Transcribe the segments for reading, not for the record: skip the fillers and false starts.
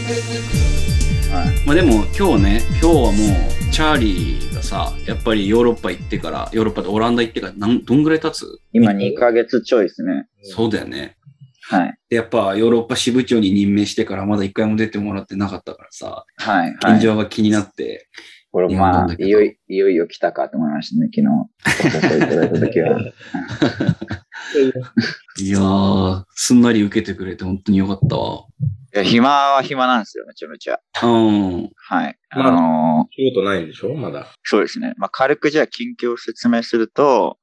はい。 まあでも今日はもうチャーリーがさ、やっぱりヨーロッパ行ってから、ヨーロッパとオランダ行ってからどんぐらい経つ？ 今2ヶ月ちょいですね。 そうだよね。 はい。 でやっぱヨーロッパ支部長に任命してからまだ一回も出てもらってなかったからさ、 はい。はい。 現状が気になって。 これまあ、いよいよ来たかと思いましたね、昨日。そういただいた時は。 いやー、すんなり受けてくれて本当によかったわ。 いや、暇は暇なんですよ、めちゃめちゃ。はい。 仕事ないんでしょまだ。 そうですね。まあ、軽くじゃあ近況を説明すると、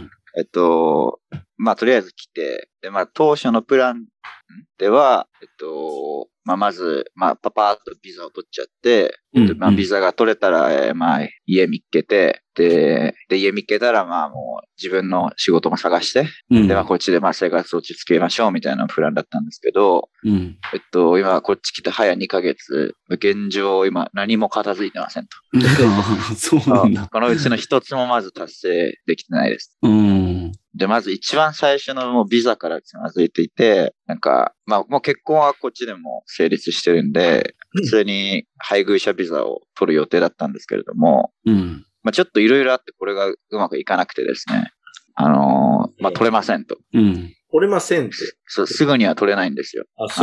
まあ、とりあえず来て、で、まあ、当初のプランでは、まあ、まず、まあ、パパーっとビザを取っちゃって、まあ、ビザが取れたら、まあ、家見っけて、で、家見っけたら、まあ、もう、自分の仕事も探して、で、まあ、こっちで、まあ、生活を落ち着けましょう、みたいなプランだったんですけど、今、こっち来て早2ヶ月、現状、今、何も片付いてませんと。 そうなんだ。 このうちの一つもまず達成できてないです。で、まず一番最初のもうビザからつまずいていて、なんか、まあもう結婚はこっちでも成立してるんで、普通に配偶者ビザを取る予定だったんですけれども、まあちょっといろいろあってこれがうまくいかなくてですね、まあ取れませんと。 取れませんって。 そう、すぐには取れないんですよ。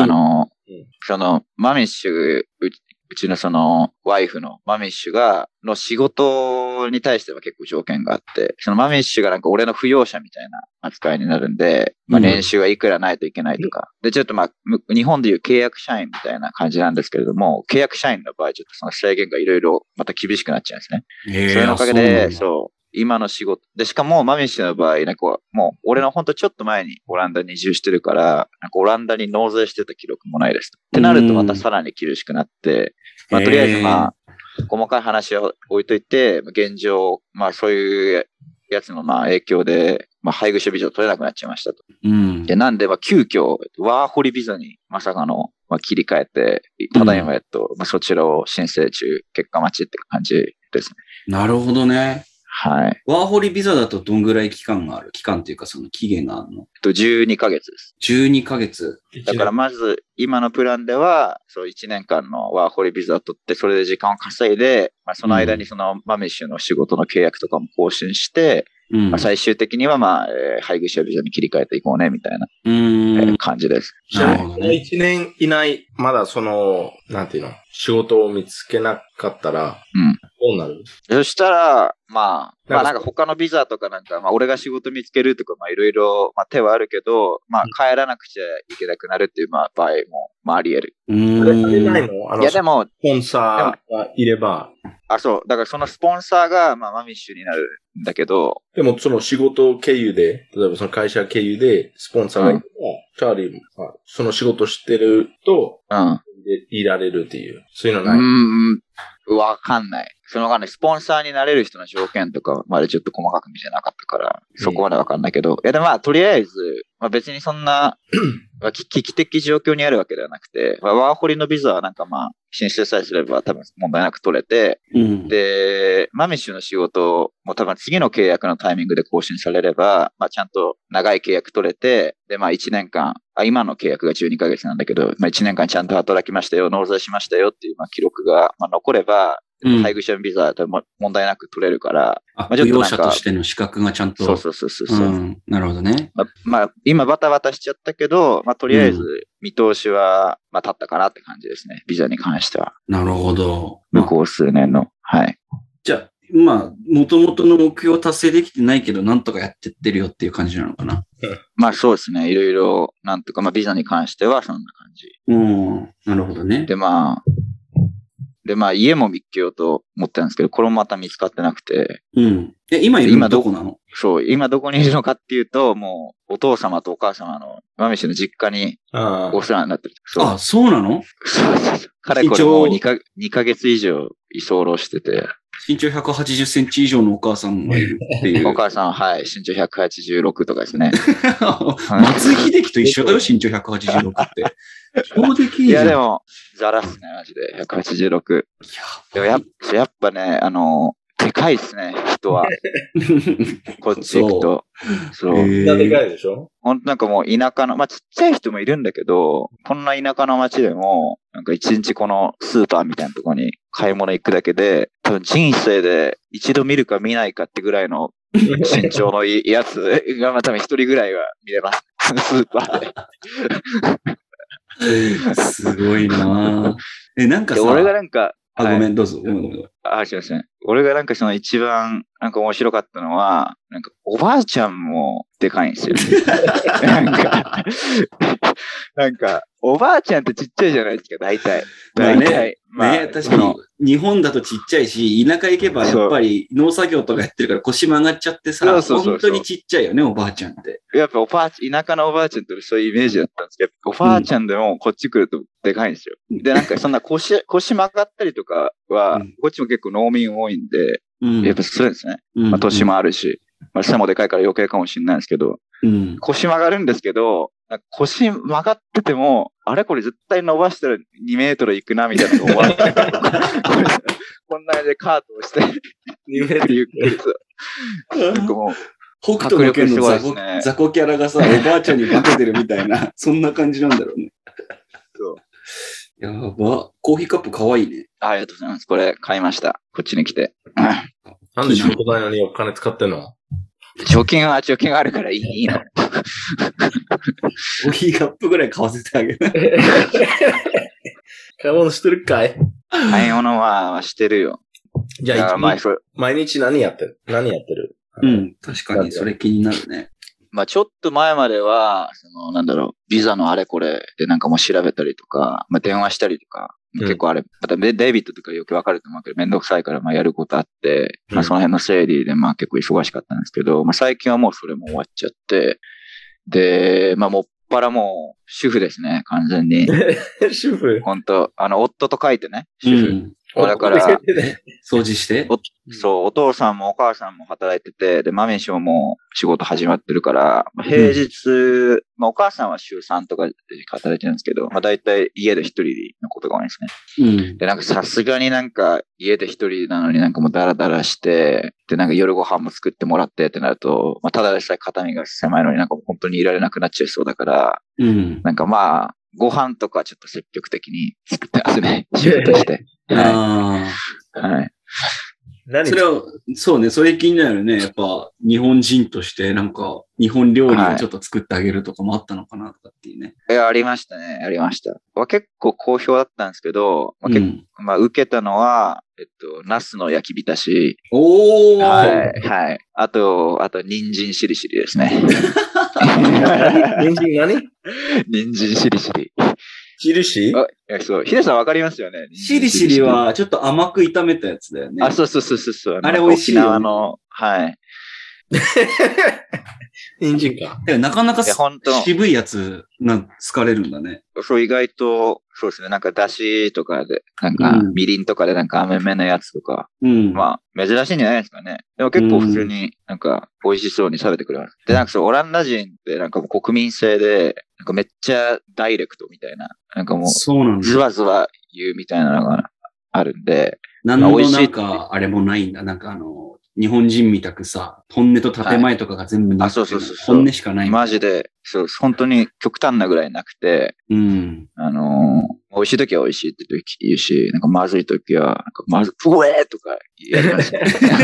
マミッシュ、うちのその、ワイフのマミッシュの仕事に対しては結構条件があって、そのマミッシュがなんか俺の扶養者みたいな扱いになるんで、まあ年収はいくらないといけないとか。で、ちょっとまあ、日本でいう契約社員みたいな感じなんですけれども、契約社員の場合ちょっとその制限がいろいろまた厳しくなっちゃうんですね。それのおかげで、今の仕事。で、しかも、マミッシュの場合、なんかもう、俺のほんとちょっと前にオランダに移住してるから、なんかオランダに納税してた記録もないです。ってなるとまたさらに厳しくなって、まあ、とりあえずまあ、細かい話を置いといて、現状、まあそういうやつのまあ影響で、まあ配偶者ビザを取れなくなっちゃいましたと。で、なんで、まあ急遽、ワーホリビザにまさかの、まあ、切り替えて、ただいままあ、そちらを申請中、結果待ちって感じですね。 なるほどね。 はい。 ワーホリビザだとどんぐらい期間がある？期間っていうかその期限があるの ？12ヶ月です。 12ヶ月。 だからまず、今のプランでは、そう1年間のワーホリビザを取って、それで時間を稼いで、まあその間にそのマミッシュの仕事の契約とかも更新して、まあ、最終的にはまあ、配偶者ビザに切り替えていこうね、みたいな、感じです。 なるほどね。1年以内、まだその、なんていうの、仕事を見つけなかったら、どうなる？ そしたら、まあなんか他のビザとかなんか、まあ俺が仕事見つけるとか、まあいろいろ、まあ手はあるけど、まあ帰らなくちゃいけなくなるっていう、まあ場合も、まああり得る。 ないの？ いやでも、 スポンサーがいれば。 そう。だからそのスポンサーが、まあマミッシュになるんだけど。 でもその仕事経由で、例えばその会社経由で、スポンサーがいれば、チャーリーも、その仕事してると、いられるっていう。そういうのない？ わかんない。そのスポンサーになれる人の条件とかまでちょっと細かく見てなかったから、そこまでわかんないけど。いやでもまあ、とりあえず、まあ別にそんな、危機的状況にあるわけではなくて、ワーホリのビザはなんかまあ、申請さえすれば多分問題なく取れて、で、マミッシュの仕事も多分次の契約のタイミングで更新されれば、まあちゃんと長い契約取れて、でまあ1年間、今の契約が12ヶ月なんだけど、まあ1年間ちゃんと働きましたよ、納税しましたよっていうまあ記録がまあ残れば、配偶者ビザは問題なく取れるから、 扶養者としての資格がちゃんと。 そう。 なるほどね。 まあ、今バタバタしちゃったけど、まあ、とりあえず見通しは、まあ、立ったかなって感じですね。ビザに関しては。 なるほど。 向こう数年の。はい。 じゃあ、まあ、元々の目標達成できてないけど、なんとかやってってるよっていう感じなのかな。 まあ、そうですね。いろいろ、なんとか、まあ、ビザに関してはそんな感じ。 なるほどね。 で、まあ、家も見っけようと思ってたんですけど、これもまた見つかってなくて。 今いるのどこなの？ そう、今どこにいるのかっていうと、もう、お父様とお母様の、マミシの実家に、お世話になってる。 そうなの？ そう。彼これもう2ヶ月以上居候してて。 身長180センチ以上のお母さんがいるっていう。 お母さんは、はい、身長186とかですね。 松井秀喜と一緒だよ、身長186って。超できいいじゃん。 いや、でも、ザラっすね、マジで。186。でもやっぱね、でかいですね、人は。こっち行くと。そう。 みんなでかいでしょ？ ほんとなんかもう田舎の、まあ、ちっちゃい人もいるんだけど、こんな田舎の町でも、なんか一日このスーパーみたいなところに買い物行くだけで、多分人生で一度見るか見ないかってぐらいの身長のやつが、まあ多分一人ぐらいは見れます。スーパーで。 すごいなぁ。なんかさ、 俺がなんか、 ごめん、どうぞ。ごめん。 すいません。俺がなんかその一番なんか面白かったのは、なんかおばあちゃんもでかいんですよ。なんか、おばあちゃんってちっちゃいじゃないですか、大体。 確かに、日本だとちっちゃいし、田舎行けばやっぱり農作業とかやってるから腰曲がっちゃってさ、本当にちっちゃいよね、おばあちゃんって。 やっぱ田舎のおばあちゃんってそういうイメージだったんですけど、おばあちゃんでもこっち来るとでかいんですよ。で、なんかそんな腰曲がったりとかは、こっちも結構農民多いんで、やっぱするんですね。まあ年もあるし、まあ背もでかいから余計かもしれないですけど、腰曲がるんですけど、腰曲がってても、あれこれ絶対伸ばしたら2メートル行くな、みたいなのが思われてこんなでカートをして、2メートルゆっくりと。なんかもう、 北斗の拳の雑魚キャラがさ、おばあちゃんに化けてるみたいな、そんな感じなんだろうね。そう。やば。コーヒーカップかわいいね。 ありがとうございます。これ買いました。こっちに来て。 なんで仕事代にお金使ってんの？ 貯金はあるからいいの。 コーヒーカップぐらい買わせてあげる。 買い物してるかい？ 買い物はしてるよ。 じゃあ、毎日何やってる？ うん、確かにそれ気になるね。 まあちょっと前までは、ビザのあれこれでなんかもう調べたりとか、まあ電話したりとか、結構あれ、またデイビッドとかよくわかると思うけど、めんどくさいからまあやることあって、まあその辺の整理でまあ結構忙しかったんですけど、まあ最近はもうそれも終わっちゃって、で、まあもっぱらもう主婦ですね、完全に。 主婦？ 本当夫と書いてね、主婦。だから、 掃除してそう、お父さんもお母さんも働いてて、で、マミショも仕事始まってるから、平日、まあお母さんは週3とかで働いてるんですけど、まあ大体家で一人のことが多いんですね。で、なんかさすがになんか家で一人なのになんかもうダラダラして、で、なんか夜ご飯も作ってもらってってなると、まあただでさえ肩身が狭いのになんか本当にいられなくなっちゃいそうだから、なんかまあ、ご飯とかちょっと積極的に作ってますね。仕事して。はい。 それは、そうね、それ気になるね。やっぱ、日本人としてなんか、日本料理をちょっと作ってあげるとかもあったのかなとかっていうね。 ありましたね。ありました。結構好評だったんですけど、まあ、受けたのは、ナスの焼き浸し。 おー！ はい。はい。あと、人参しりしりですね。 人参何？ 人参しりしり。 しりし？ そう。ヒデさんわかりますよね。 しりしりは、ちょっと甘く炒めたやつだよね。 そう。 あれ美味しいよ、ね。 沖縄の、はい。 人参か。 なかなか渋いやつが好かれるんだね。 そう、意外と、そうですね。なんか、だしとかで、なんか、みりんとかでなんか、甘めのやつとか。まあ、珍しいんじゃないですかね。でも結構普通になんか、美味しそうに食べてくれます。で、なんかそう、オランダ人ってなんかもう国民性で、なんかめっちゃダイレクトみたいな。なんかもう、ズワズワ言うみたいなのがあるんで。 なんか、あれもないんだ。なんか日本人みたくさ、本音と建前とかが全部なくて、本音しかない。 マジで、そう、本当に極端なぐらいなくて、美味しい時は美味しいって言うし、なんかまずい時は、なんかまず、ふえーとかやりますね。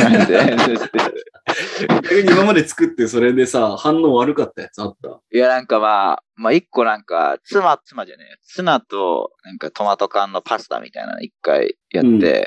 逆に今まで作ってそれでさ、反応悪かったやつあった？ いや、なんかまあ一個なんか、ツナと、なんかトマト缶のパスタみたいなの一回やって、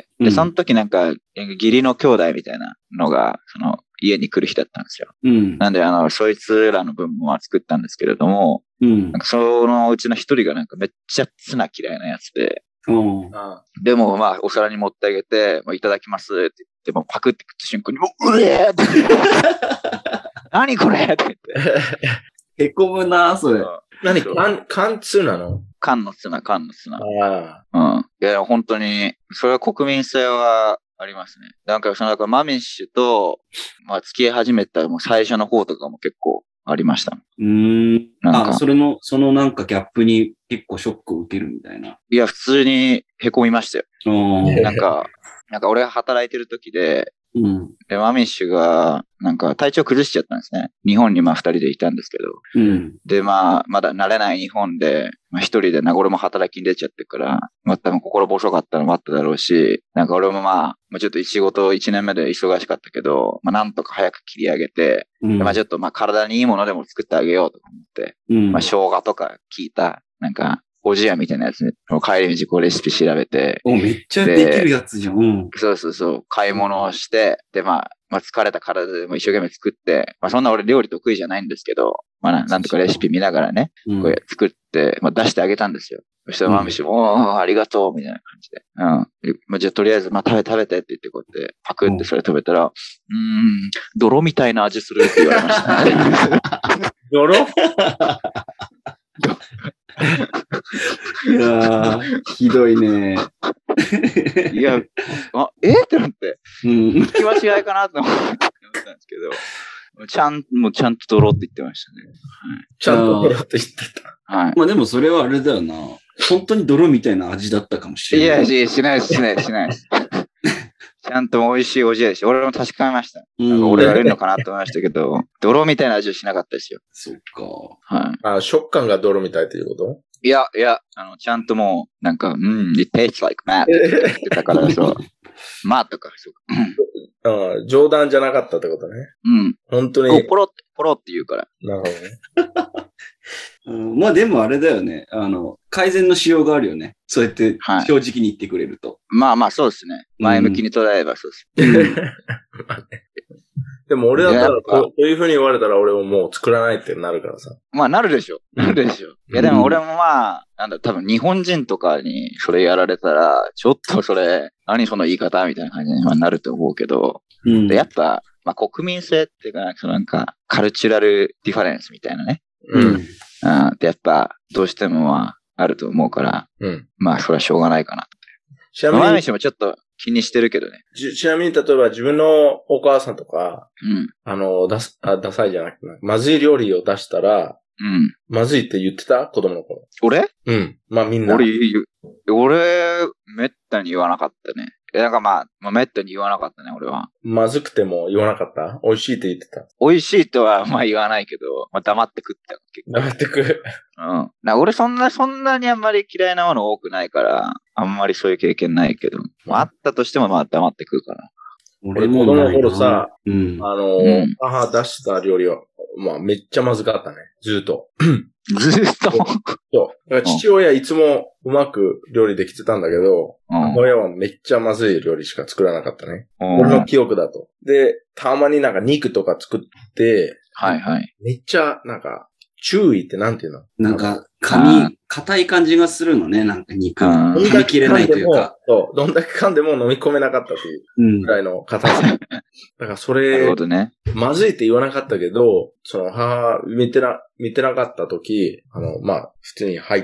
で、その時なんか、義理の兄弟みたいなのが、家に来る日だったんですよ。なんで、そいつらの分も作ったんですけれども、なんかそのうちの一人がなんかめっちゃツナ嫌いなやつで、でもまあお皿に持ってあげて、いただきますって言って、もうパクって食った瞬間に、うえーって何これって言って。 へこむなそれ。 缶ツナの？ 缶のツナ。いや、本当に、それは国民性はありますね。なんかマミッシュと、まあ付き合い始めたもう最初の方とかも結構ありました。 そのなんかギャップに結構ショックを受けるみたいな。 いや、普通に凹みましたよ。なんか俺が働いてる時で、 うん。 で、マミッシュが、なんか体調崩しちゃったんですね。日本にまあ2人でいたんですけど。 うん。 で、まあ、まだ慣れない日本で、まあ1人で俺も働きに出ちゃってるから、まあ多分心細かったのもあっただろうし、なんか俺もまあちょっと仕事1年目で忙しかったけど、まあなんとか早く切り上げて、まあちょっとまあ体にいいものでも作ってあげようと思って、まあ生姜とか効いた、なんか、おじやみたいなやつね。帰り道こうレシピ調べて。 めっちゃできるやつじゃん。 そうそうそう。買い物をして、でまあ疲れた体でも一生懸命作って、まあそんな俺料理得意じゃないんですけど、まあなんとかレシピ見ながらね、こう作って、まあ出してあげたんですよ。そしたらマミシも、ありがとう、みたいな感じで。まあ、じゃあとりあえず、まあ食べてって言ってこうやって、パクってそれ食べたら、泥みたいな味するって言われましたね。 泥いやー、ひどいね。 いや、ってなって、聞き間違いかなと思ったんですけど、ちゃんと泥って言ってましたね。 はい、ちゃんと泥って言ってた。 はい。 まあでもそれはあれだよな。本当に泥みたいな味だったかもしれない。 いや、しないです。ちゃんと美味しいおじやでした。俺も確かめました。なんか俺やれるのかなと思いましたけど、泥みたいな味はしなかったですよ。 そっか。はい。 食感が泥みたいっていうこと？ いや、ちゃんともう、なんか、it tastes like mat って言ってたから、そう。マとか、そうか。冗談じゃなかったってことね。本当に。 ポロって言うから。 なるほどね。 まあでもあれだよね。改善のしようがあるよね。そうやって正直に言ってくれると。 まあそうですね。前向きに捉えればそうです。 でも俺だったらこういう風に言われたら俺ももう作らないってなるからさ。 まあなるでしょ。いやでも俺もまあ、多分日本人とかにそれやられたら、ちょっとそれ、何その言い方みたいな感じになると思うけど、でやっぱ、まあ国民性っていうか、なんかカルチュラルディファレンスみたいなね。でやっぱどうしてもまああると思うから、まあそれはしょうがないかなと。マミシもちょっと気にしてるけどね。 ちなみに例えば自分のお母さんとか、ダサいじゃなくて、まずい料理を出したら、まずいって言ってた？子供の頃。 俺？ まあみんな。 俺、めったに言わなかったね。なんかまあ、めったに言わなかったね、俺は。 まずくても言わなかった？美味しいって言ってた？ 美味しいとはまあ言わないけど、まあ黙って食った結構。 黙って食う。 俺そんなにあんまり嫌いなもの多くないから、あんまりそういう経験ないけど、あったとしてもまあ黙って食うかな。 俺子供の頃さ、母出した料理は、まあめっちゃまずかったね。ずっと。 ずっとそう。父親いつもうまく料理できてたんだけど、母親はめっちゃまずい料理しか作らなかったね。俺の記憶だと。で、たまになんか肉とか作って、めっちゃなんか、注意ってなんていうの？ なんか、硬い感じがするのね、なんか肉。噛み切れないというか。 そう、どんだけ噛んでも飲み込めなかったというぐらいの硬さ。だからそれ、 なるほどね。 まずいって言わなかったけど、その母、見てなかった時、まあ、普通に入って、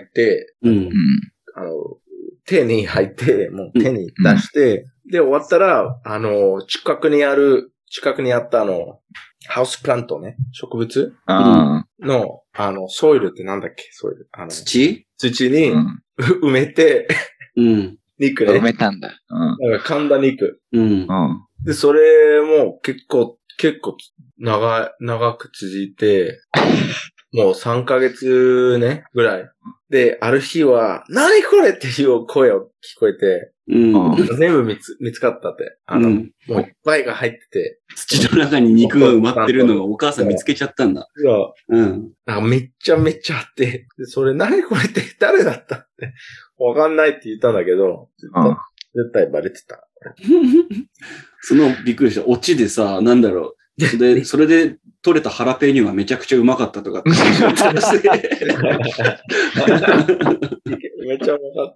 手に入って、もう手に出して、で、終わったら、近くにあったハウスプラントね、植物の、ソイルってなんだっけ？ソイル。土に埋めて、肉ね。 埋めたんだ。 噛んだ肉。で、それも結構長く続いて、もう3ヶ月ね、ぐらい。で、ある日は、何これっていう声を聞こえて、全部見つかったって。もういっぱいが入ってて。 土の中に肉が埋まってるのがお母さん見つけちゃったんだ。 そう。なんかめっちゃあって、でそれ何これって誰だったって。わかんないって言ったんだけど、絶対バレてた。 びっくりした。オチでさ、なんだろう。それで取れたハラペーニョがめちゃくちゃうまかったとかって。めっちゃうまかった。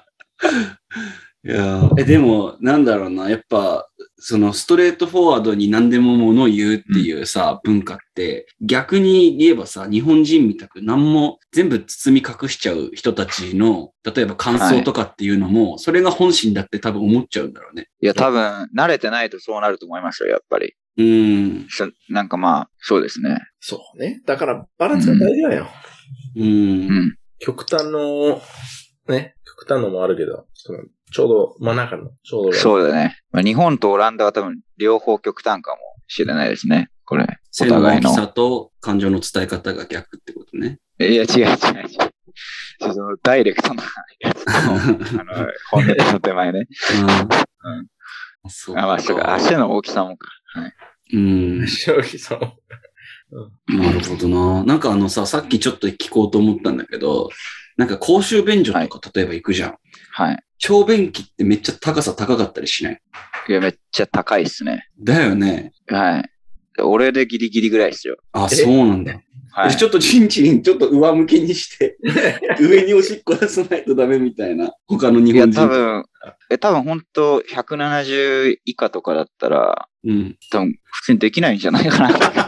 いやでも、なんだろうな。やっぱ、ストレートフォワードに何でもものを言うっていうさ、文化って、逆に言えばさ、日本人みたく何も全部包み隠しちゃう人たちの、例えば感想とかっていうのも、それが本心だって多分思っちゃうんだろうね。 いや、多分、慣れてないとそうなると思いますよ、やっぱり。なんかまあ、そうですね。 そうね。だから、バランスが大事だよ。極端のもあるけど、 ちょうど真ん中の、ちょうど。 そうだね。まあ、日本とオランダは多分両方極端かもしれないですね。これ。 お互いの。大きさと感情の伝え方が逆ってことね。 いや、違う。そのダイレクトなやつの、本音の手前ね。そうか。足の大きさもか。はい。 足の大きさも。 なるほどな。なんかさっきちょっと聞こうと思ったんだけど、なんか公衆便所とか例えば行くじゃん。 はい。 小便器ってめっちゃ高さ高かったりしない？ いや、めっちゃ高いっすね。 だよね。 はい。俺でギリギリぐらいっすよ。 あ、そうなんだ。はい、ちょっとチンチンちょっと上向きにして上におしっこ出さないとダメみたいな他の日本人。 いや多分本当170以下とかだったら、多分普通にできないんじゃないか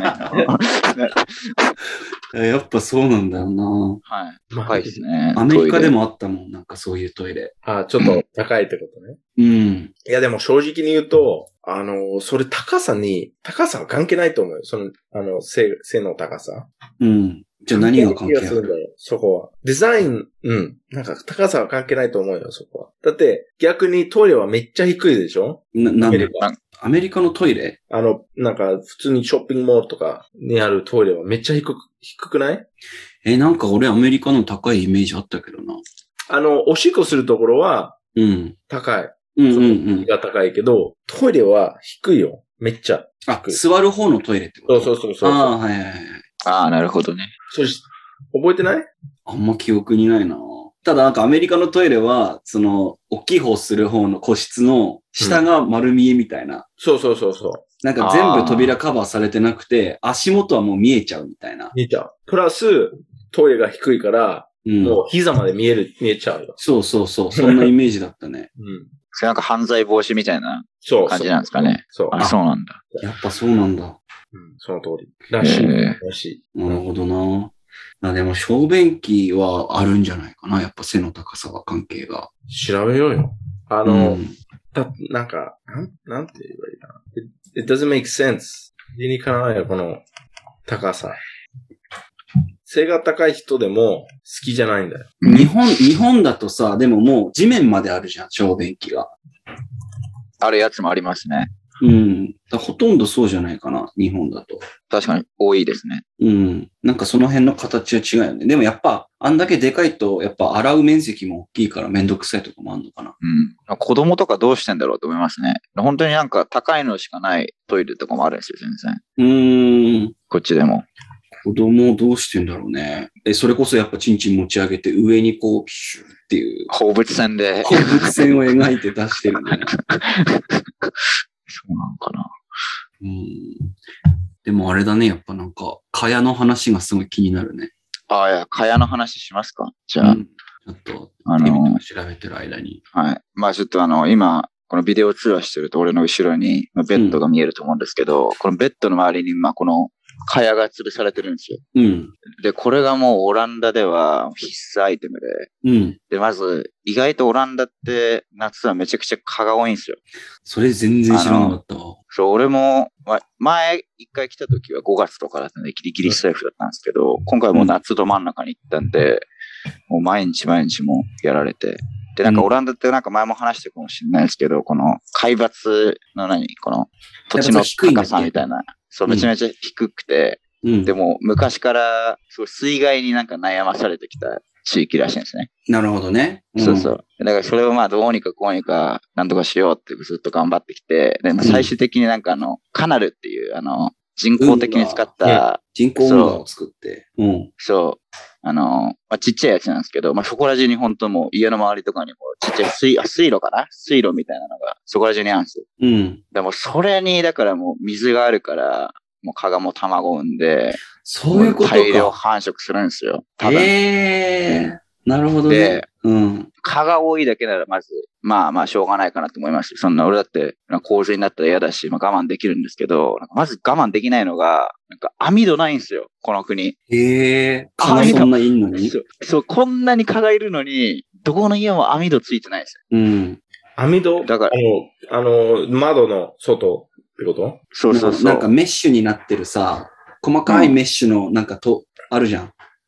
な。やっぱそうなんだよな。 はい。高いですね。 アメリカでもあったもん、なんかそういうトイレ。 ちょっと高いってことね。いやでも正直に言うと、それ高さは関係ないと思うよ。背の高さ。 じゃあ何が関係ある？ そこは。デザイン、なんか高さは関係ないと思うよ、そこは。だって逆にトイレはめっちゃ低いでしょ？ なんで？アメリカのトイレ？ なんか普通にショッピングモールとかにあるトイレはめっちゃ低くない？ なんか俺アメリカの高いイメージあったけどな。 おしっこするところは、高い。が高いけど、トイレは低いよ。めっちゃ。 座る方のトイレってこと？ そう。 はい。 なるほどね。 覚えてない？ あんま記憶にないな。ただなんかアメリカのトイレは、大きい方する方の個室の下が丸見えみたいな。 そう。 なんか全部扉カバーされてなくて、足元はもう見えちゃうみたいな。 見えちゃう。プラス、トイレが低いから、もう膝まで見えちゃうよ。 そう。そんなイメージだったね。 それなんか犯罪防止みたいな感じなんですかね。そうなんだ。 やっぱそうなんだ。 その通り。らしい。 なるほどな。でも小便器はあるんじゃないかな。やっぱ背の高さは関係が。 調べようよ。なんか、なんて言えばいいかな。It doesn't make sense. 理にかなわないよ、この高さ。背が高い人でも好きじゃないんだよ。 日本だとさ、でももう地面まであるじゃん、小便器が。 あるやつもありますね。 ほとんどそうじゃないかな、日本だと。 確かに多いですね。 なんかその辺の形は違うよね。でもやっぱ、あんだけでかいと、やっぱ洗う面積も大きいからめんどくさいとかもあるのかな。 子供とかどうしてんだろうと思いますね。本当になんか高いのしかないトイレとかもあるんですよ、全然。こっちでも。 子供どうしてんだろうね。それこそやっぱチンチン持ち上げて上にこう、シュッっていう。 放物線で。 放物線を描いて出してるね。 そうなのかな。 でもあれだね、やっぱなんか、蚊帳の話がすごい気になるね。 いや、蚊帳の話しますか？じゃあ。 ちょっと、調べてる間に。 はい。まあちょっと今、このビデオ通話してると俺の後ろにベッドが見えると思うんですけど、このベッドの周りに、この蚊帳が吊るされてるんですよ。で、これがもうオランダでは必須アイテムで。で、まず、意外とオランダって夏はめちゃくちゃ蚊が多いんですよ。 それ全然知らなかったわ。 そう、俺も、前一回来た時は5月とかだったんでギリギリセーフだったんですけど、今回もう夏ど真ん中に行ったんで、もう毎日もやられて。で、なんかオランダってなんか前も話してるかもしれないですけど、この海抜のこの土地の高さみたいな。そう、めちゃめちゃ低くて、でも昔から水害になんか悩まされてきた地域らしいんですね。 なるほどね。 そう。だからそれをどうにかこうにかなんとかしようってずっと頑張ってきて、で、最終的になんかカナルっていう人工的に使った、 人工運河を作って。 そう。ちっちゃいやつなんですけど、そこら中に本当もう家の周りとかにもちっちゃい水路かな水路みたいなのがそこら中にあるんですよ。でもそれに、だからもう水があるから、もう蚊がもう卵を産んで、 そういうことか。 大量繁殖するんですよ。多分。 なるほどね。 で、蚊が多いだけならまず、しょうがないかなと思います。そんな、俺だって、洪水になったら嫌だし、我慢できるんですけど、まず我慢できないのが、網戸ないんですよ、この国。 蚊がそんないんのに？ そう、こんなに蚊がいるのに、どこの家も網戸ついてないんですよ。網戸？だから、窓の外ってこと？ そう。なんかメッシュになってるさ、細かいメッシュのあるじゃん。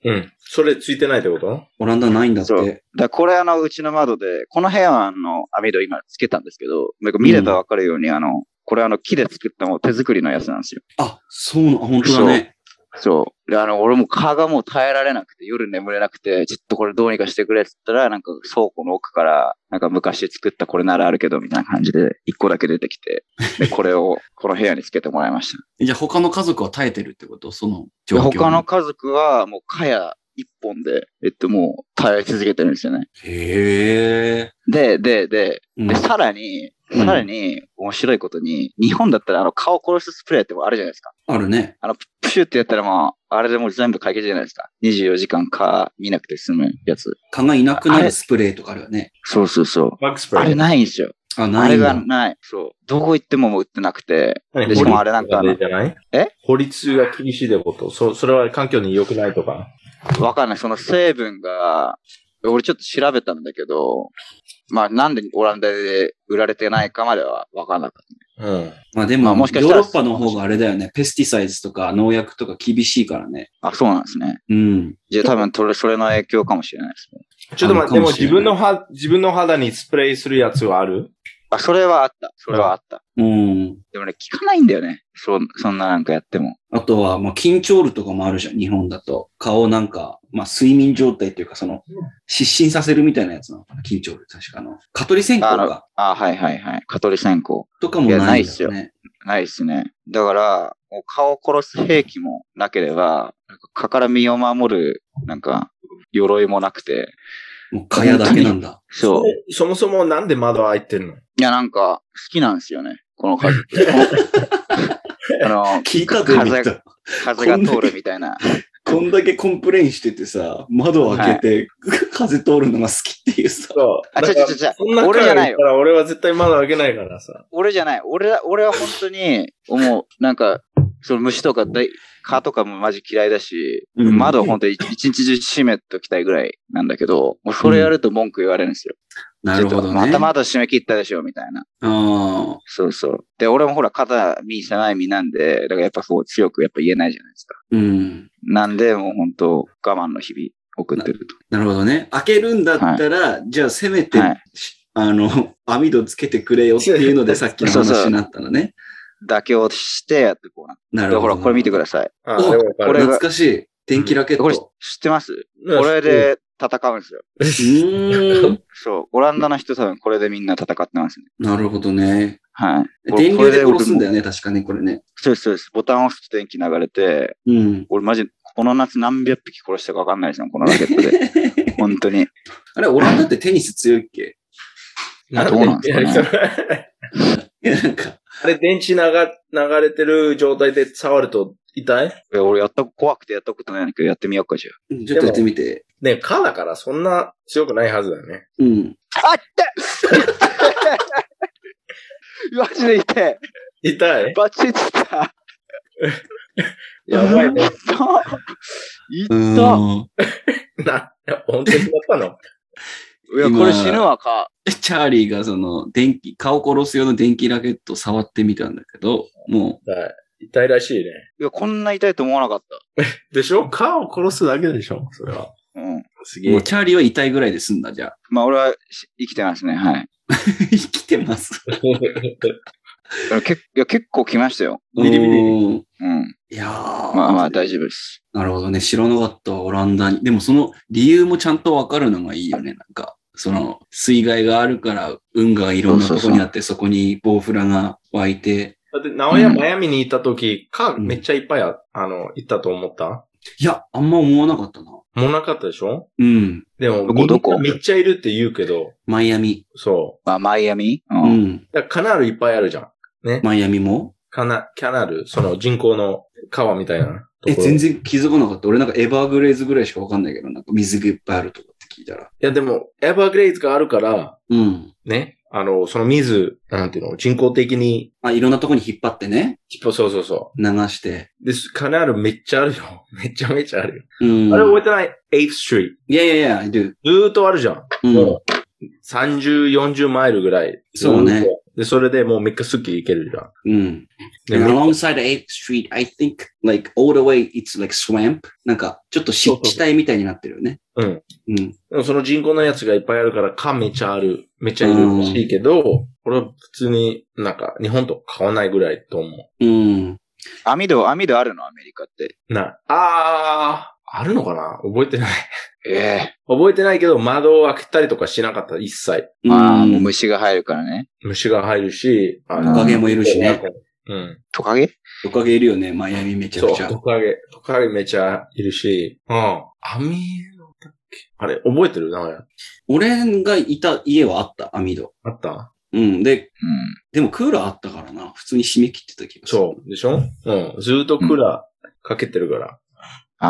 うん。それついてないってこと？ オランダないんだって。 そう。これうちの窓で、この部屋は網戸今つけたんですけど、見ればわかるようにこれ木で作ったもう手作りのやつなんですよ。 あ、本当だね。 そう。で、俺も蚊がもう耐えられなくて、夜眠れなくて、ちょっとこれどうにかしてくれって言ったら、倉庫の奥から、昔作ったこれならあるけど、みたいな感じで、一個だけ出てきて、で、これを、この部屋につけてもらいました。 じゃあ他の家族は耐えてるってこと？その状況。 他の家族は、もう蚊帳一本で、もう耐え続けてるんですよね。 へー。 で、さらに面白いことに、日本だったら蚊を殺すスプレーってもあるじゃないですか。 あるね。 プシュってやったらもう、あれでもう全部解決じゃないですか。24時間蚊見なくて済むやつ。 蚊がいなくなるスプレーとかあるよね。 そう。 バックスプレー。 あれないんですよ。 ないんだ。あれがない。そう。どこ行っても売ってなくて。で、しかもあれじゃない？法律が厳しいってこと？それは環境に良くないとか？ わかんない。その成分が、俺ちょっと調べたんだけど、なんでオランダで売られてないかまではわかんなかったね。 うん。でも、もしかしたらヨーロッパの方があれだよね。ペスティサイズとか農薬とか厳しいからね。 あ、そうなんですね。 うん。 じゃあ多分それの影響かもしれないですね。 ちょっと待って、でも自分の肌にスプレーするやつはある？ それはあった。 うん。 でもね、効かないんだよね。そんなやっても。 あとは、緊張ルとかもあるじゃん、日本だと。顔睡眠状態っていうか、失神させるみたいなやつなのかな、緊張ル。確か蚊取り線香か。 はい。蚊取り線香。 とかもないんだよね。 ないっすよ。ないっすね。だから、蚊を殺す兵器もなければ、蚊から身を守る、鎧もなくて。 もう蚊帳だけなんだ。 そう。 そもそもなんで窓開いてるの？ いや、好きなんですよね。この風。 聞いたで風が通るみたいな。 こんだけコンプレインしててさ、窓を開けて、風通るのが好きっていうさ。 そう。俺じゃないよ。俺は絶対窓開けないからさ。 俺じゃない。俺は本当に、もう、その虫とか蚊とかもマジ嫌いだし、窓は本当に一日中閉めときたいぐらいなんだけど、もうそれやると文句言われるんですよ。 なるほどね。 また窓閉め切ったでしょ、みたいな。そう。で、俺もほら肩狭い身なんで、だからやっぱ強く言えないじゃないですか。 うん。 なんで、もう本当我慢の日々送ってると。 なるほどね。開けるんだったら、じゃあせめて、網戸つけてくれよっていうのでさっきの話になったのね。 妥協してやってこうな。なるほど。ほら、これ見てください。 これ懐かしい。電気ラケット。 これ知ってます？これで戦うんですよ。そう。オランダの人多分これでみんな戦ってますね。 なるほどね。 はい。 電流で殺すんだよね、確かね、これね。 そうです。ボタンを押すと電気流れて、俺マジ、この夏何百匹殺したか分かんないですよ、このラケットで。本当に。 あれ、オランダってテニス強いっけ？ どうなんですかね。 いや、 あれ、電池流れてる状態で触ると痛い？ 俺怖くてやったことないんだけど、やってみようか、じゃあ。ちょっとやってみて。 ね、蚊だからそんな強くないはずだよね。 うん。 あったマジで痛い。 痛い？ バチッつった。 やばいね。 痛本当にやったの？ いや、これ死ぬわ、蚊。 チャーリーが蚊を殺す用の電気ラケットを触ってみたんだけど、もう。 痛いらしいね。 いや、こんな痛いと思わなかった。 でしょ？蚊を殺すだけでしょ？それは。すげえ。 もうチャーリーは痛いぐらいで済んだ、じゃあ。 俺は生きてますね、はい。 生きてます。 結構来ましたよ。 ビリビリ。 いやー。大丈夫です。 なるほどね。知らなかった、オランダに。でもその理由もちゃんとわかるのがいいよね、水害があるから、運河がいろんなとこにあって、そこにボウフラが湧いて。 だって、マイアミに行った時、蚊めっちゃいっぱい行ったと思った？ いや、あんま思わなかったな。 思わなかったでしょ？ うん。 でも、 どこめっちゃいるって言うけど。 マイアミ。 そう。 マイアミ？ うん。カナルいっぱいあるじゃん。ね。 マイアミも？ キャナル、人工の川みたいな。 全然気づかなかった。俺エバーグレイズぐらいしかわかんないけど、水がいっぱいあるとかって聞いたら。いや、でも、エバーグレイズがあるから、ね。その水、人工的に。 いろんなとこに引っ張ってね。 そう。流して。 で、カナルめっちゃあるよ。めちゃめちゃあるよ。あれ覚えてない？ 8th Street。 いや、I do。 ずーっとあるじゃん。もう30、40マイルぐらい。 そうね。 で、それでもう3日スッキリ行けるじゃん。 うん。And alongside 8th Street, I think, like, all the way, it's like swamp. なんか、ちょっと湿地帯みたいになってるよね。 うん。うん。でもその人工のやつがいっぱいあるから、めっちゃいるらしいけど、これは普通になんか、日本と変わらないぐらいと思う。 うん。 網戸あるのアメリカって。 あるのかな覚えてない。 覚えてないけど、窓を開けたりとかしなかった、一切。 もう虫が入るからね。 虫が入るし、 トカゲもいるしね。 うん。トカゲいるよね、マイアミめちゃくちゃ。 そう、トカゲめちゃいるし、網戸だっけあれ、覚えてる名前。 俺がいた家はあった、網戸。 あった？ うん。でもクーラーあったからな。普通に締め切ってた気がする。 そう。でしょ？うん。ずっとクーラーかけてるから。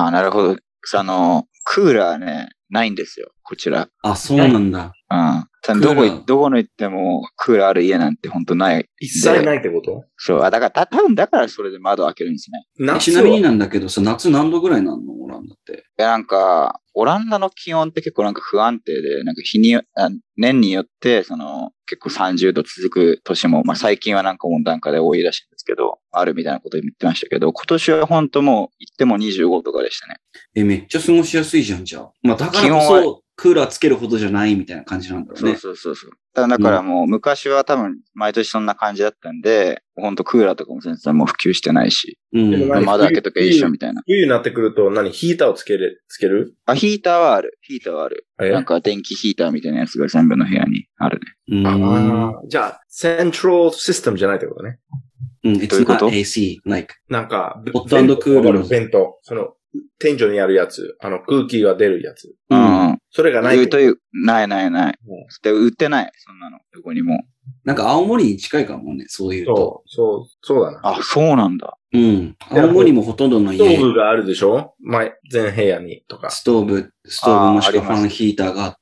なるほど。クーラーね、ないんですよ、こちら。 そうなんだ。 どこに行ってもクーラーある家なんて本当ない。 一切ないってこと？ そう。だから多分だからそれで窓開けるんですね。 ちなみになんだけどさ、夏何度ぐらいなんのオランダって。 なんか、オランダの気温って結構なんか不安定で、なんか年によって、結構30度続く年も、最近はなんか温暖化で多いらしいんですけど、あるみたいなこと言ってましたけど、今年は本当もう行っても25とかでしたね。 めっちゃ過ごしやすいじゃん、じゃあ。だからこそ、クーラーつけるほどじゃないみたいな感じなんだろうね。 そう。だからもう昔は多分毎年そんな感じだったんで、本当クーラーとかも全然もう普及してないし。窓開けときゃ一緒みたいな。 冬になってくるとヒーターをつける？ ヒーターはある。なんか電気ヒーターみたいなやつが全部の部屋にあるね。 じゃあ、セントラルシステムじゃないってことね。 どういうこと？ AC, like. なんか、 ホット&クールの。 ベント。天井にあるやつ。空気が出るやつ。それがない。 ない。で、売ってない。そんなの。どこにも。 なんか青森に近いかもね、そういうと。 そうだな。 そうなんだ。 青森もほとんどの家。 ストーブがあるでしょ？全部屋にとか。 ストーブもしくはファンヒーターがあって、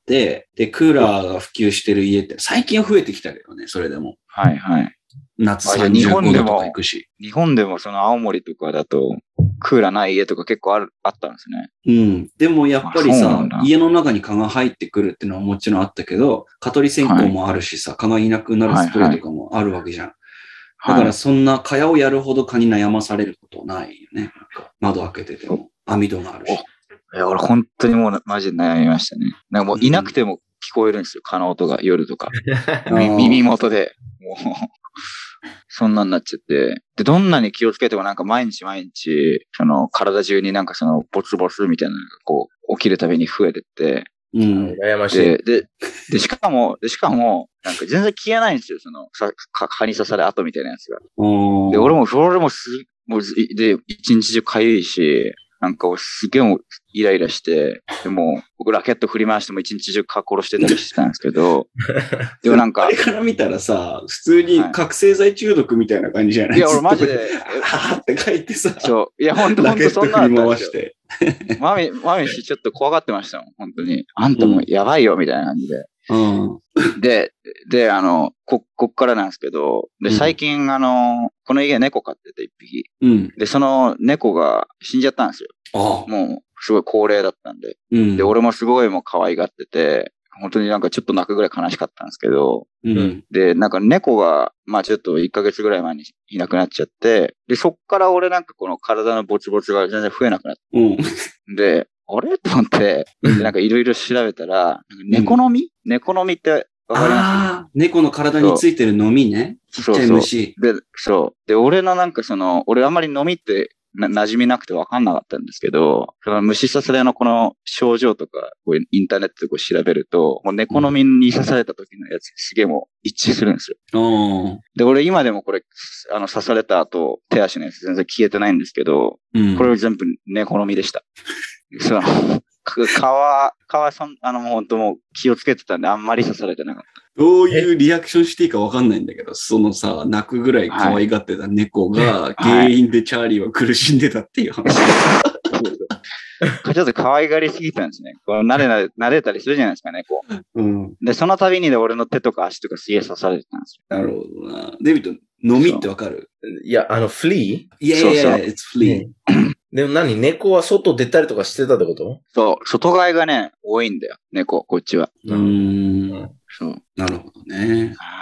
で、クーラーが普及してる家って、最近は増えてきたけどね、それでも。 はい。 夏35度とか行くし。 日本でもその青森とかだと、クーラーない家とか結構あったんですね。 でもやっぱりさ、家の中に蚊が入ってくるっていうのはもちろんあったけど、蚊取り線香もあるしさ、蚊がいなくなるスプレーとかもあるわけじゃん。だからそんな蚊帳をやるほど蚊に悩まされることないよね。なんか窓開けてても網戸があるし。 俺本当にもうマジで悩みましたね。なんかもういなくても聞こえるんですよ。蚊の音が夜とか。耳元で。もうそんなになっちゃって。で、どんなに気をつけてもなんか毎日、体中になんかボツボツみたいなのがこう、起きるたびに増えてって。 悩ましい。 で、しかも、なんか全然消えないんですよ。蚊に刺され跡みたいなやつが。で、俺もで、一日中痒いし、なんかすげえもイライラして、でも僕ラケット振り回しても一日中蚊殺してたりしてたんですけど、でもなんか。 あれから見たらさ、普通に覚醒剤中毒みたいな感じじゃない？ いや、俺マジで。 はーって書いてさ。 そう。いや、ほんとそんなの回して。 マミ氏ちょっと怖がってましたもん、本当に。あんたもやばいよ、みたいな感じで。で、こっからなんですけど、で、最近、この家猫飼ってて一匹。で、その猫が死んじゃったんですよ。もう、すごい高齢だったんで。で、俺もすごいもう可愛がってて、本当になんかちょっと泣くぐらい悲しかったんですけど、で、なんか猫が、ちょっと1ヶ月ぐらい前にいなくなっちゃって、で、そっから俺なんかこの体のボツボツが全然増えなくなって、で、あれと思って、なんかいろいろ調べたら、猫の実ってわかります？ 猫の体についてるのみね。ちっちゃい虫。 で、俺のなんか俺あんまりのみって馴染みなくてわかんなかったんですけど、その虫刺されのこの症状とか、インターネットで調べると、もう猫の実に刺された時のやつすげえもう一致するんですよ。で、俺今でもこれ、刺された後、手足のやつ全然消えてないんですけど、これ全部猫の実でした。蚊はもう本当もう気をつけてたんであんまり刺されてなかった。 どういうリアクションしていいかわかんないんだけど、泣くぐらい可愛がってた猫が原因でチャーリーは苦しんでたっていう話。 ちょっと可愛がりすぎたんですね。撫でたりするじゃないですかね、こう。で、その度に俺の手とか足とかすげえ刺されてたんですよ。なるほどな。デビット、のみってわかる？ いや、フリー？ いや、it's flea。 でも猫は外出たりとかしてたってこと？ そう、外飼いがね、多いんだよ、猫、こっちは。 そう。なるほどね。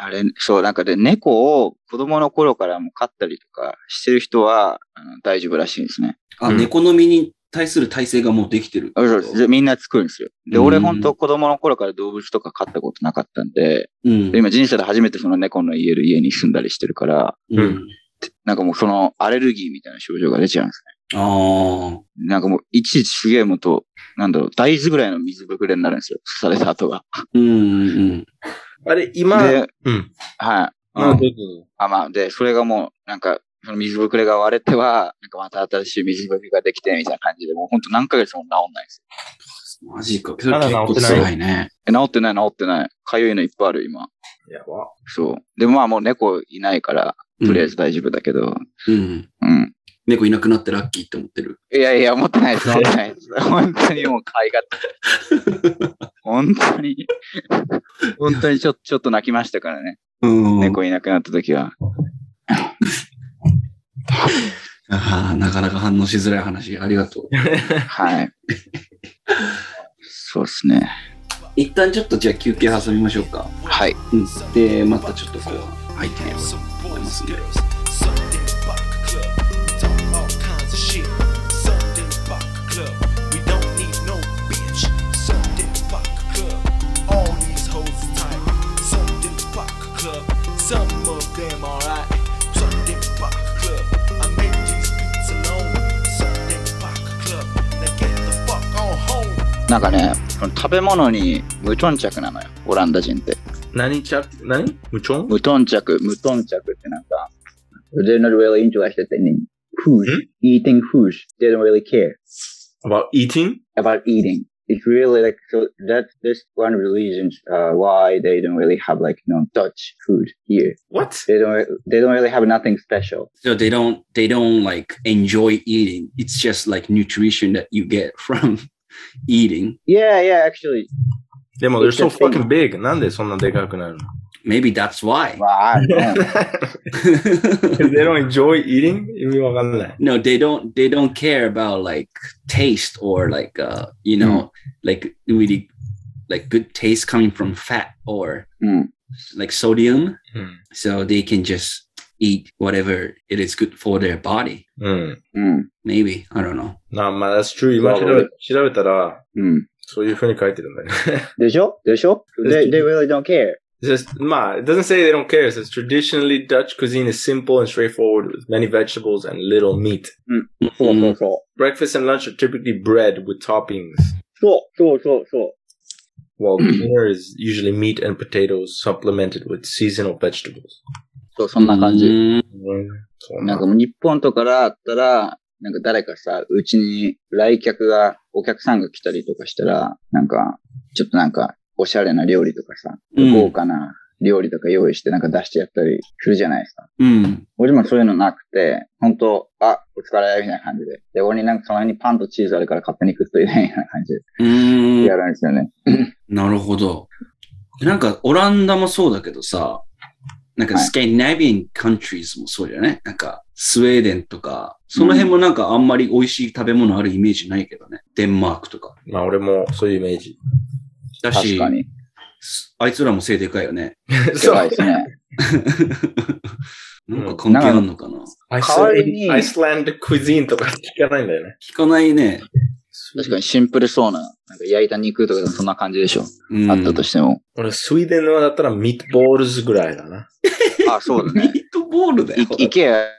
あれ、そう、なんかで、猫を子供の頃からも飼ったりとかしてる人は、大丈夫らしいんですね。 猫の身に対する耐性がもうできてる。 そう、みんな作るんですよ。で、俺本当子供の頃から動物とか飼ったことなかったんで、で今人生で初めてその猫の家に住んだりしてるから、なんかもうそのアレルギーみたいな症状が出ちゃうんですね。なんかもういちいちすげえもっと、大豆ぐらいの水ぶくれになるんですよ。刺された後が。 あれ、今、 はい。まあ、で、それがもう、なんか、その水ぶくれが割れては、なんかまた新しい水ぶくれができて、みたいな感じで、もうほんと何ヶ月も治んないんですよ。マジか。それ結構辛いね。 治ってない。かゆいのいっぱいある、今。 やば。 そう。でもまあもう猫いないから、とりあえず大丈夫だけど。 猫いなくなってラッキーって思ってる。 いや、思ってないです。本当にもう可愛がって。本当にちょっと泣きましたからね。猫いなくなった時は。 なかなか反応しづらい話、ありがとう。 はい。そうですね。 一旦ちょっとじゃあ休憩挟みましょうか。 はい。 で、またちょっとこう、入ってみようと思いますね。 なんかね、食べ物に無頓着なのよ、オランダ人って。 何無頓着ってなんか、they're not really interested in food, eating food. They don't really care. About eating? About eating. It's really like, so that's one of the reasons why they don't really have like, Dutch food here. What? They don't really have nothing special. So they don't like enjoy eating. It's just like nutrition that you get from eating. Yeah, actually. でも they're so fucking big. なんでそんなでかくなるの? Maybe that's why. Well, I don't know. They don't enjoy eating? 意味わかんない。 No, they don't care about like taste or like, like really like good taste coming from fat or like sodium. So they can just eat whatever it is good for their body. Maybe. I don't know. まあ、that's true. 今調べたら、そういう風に書いてるんだよね。 でしょ they really don't care. It doesn't say they don't care. It says traditionally Dutch cuisine is simple and straightforward with many vegetables and little meat. Breakfast and lunch are typically bread with toppings. そう。 While dinner is usually meat and potatoes supplemented with seasonal vegetables. そう、そんな感じ。なんかもう日本とかだったら、なんか誰かさ、うちにお客さんが来たりとかしたら、なんか、ちょっとなんか、おしゃれな料理とかさ、豪華な料理とか用意してなんか出してやったりするじゃないですか。俺もそういうのなくて、本当お疲れみたいな感じで。で、俺になんかその辺にパンとチーズあるから勝手に食っといてみたいな感じで。やるんですよね。 なるほど。なんかオランダもそうだけどさ、なんかスカンディナビアンカントリーズもそうだよね。なんかスウェーデンとか、その辺もなんかあんまり美味しい食べ物あるイメージないけどね。デンマークとか。 まあ俺もそういうイメージ。 だし、 確かに。 あいつらも背でかいよね。 でかいですね。 なんか関係あるのかな。 アイスランドクイズインとか聞かないんだよね。 聞かないね。 確かにシンプルそうな、なんか焼いた肉とかそんな感じでしょ。あったとしても。 俺、スウェーデンのだったらミートボールズぐらいだな。 そうだね。 ミートボールだよ。 いけや。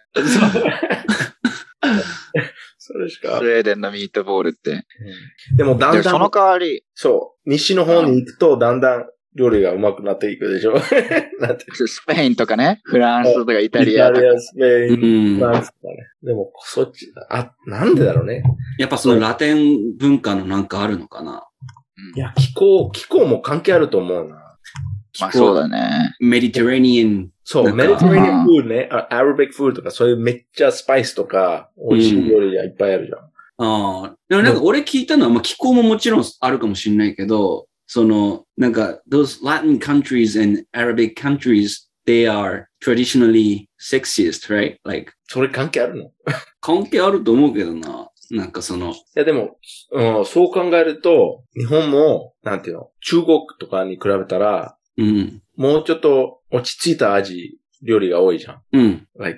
それしか。 スウェーデンのミートボールって。 でもだんだん。 その代わり。 そう。西の方に行くとだんだん料理が上手くなっていくでしょ。 スペインとかね。フランスとかイタリアとか。 スペイン、フランスとかね。でも、そっち、なんでだろうね。 やっぱそのラテン文化のなんかあるのかな。 いや、気候も関係あると思うな。 まあそうだね。 メディテラニアン。 そう、メディテラニアンフードね。アラビックフードとか、そういうめっちゃスパイスとか、美味しい料理がいっぱいあるじゃん。 でもなんか俺聞いたのは、まあ気候ももちろんあるかもしれないけど、その、なんか、those Latin countries and Arabic countries, they are traditionally sexiest, right? Like, それ関係あるの？ 関係あると思うけどな。なんかその。いやでも、そう考えると、日本も、なんていうの、中国とかに比べたら、ももうちょっと落ち着いた料理が多いじゃん。 うん。 like,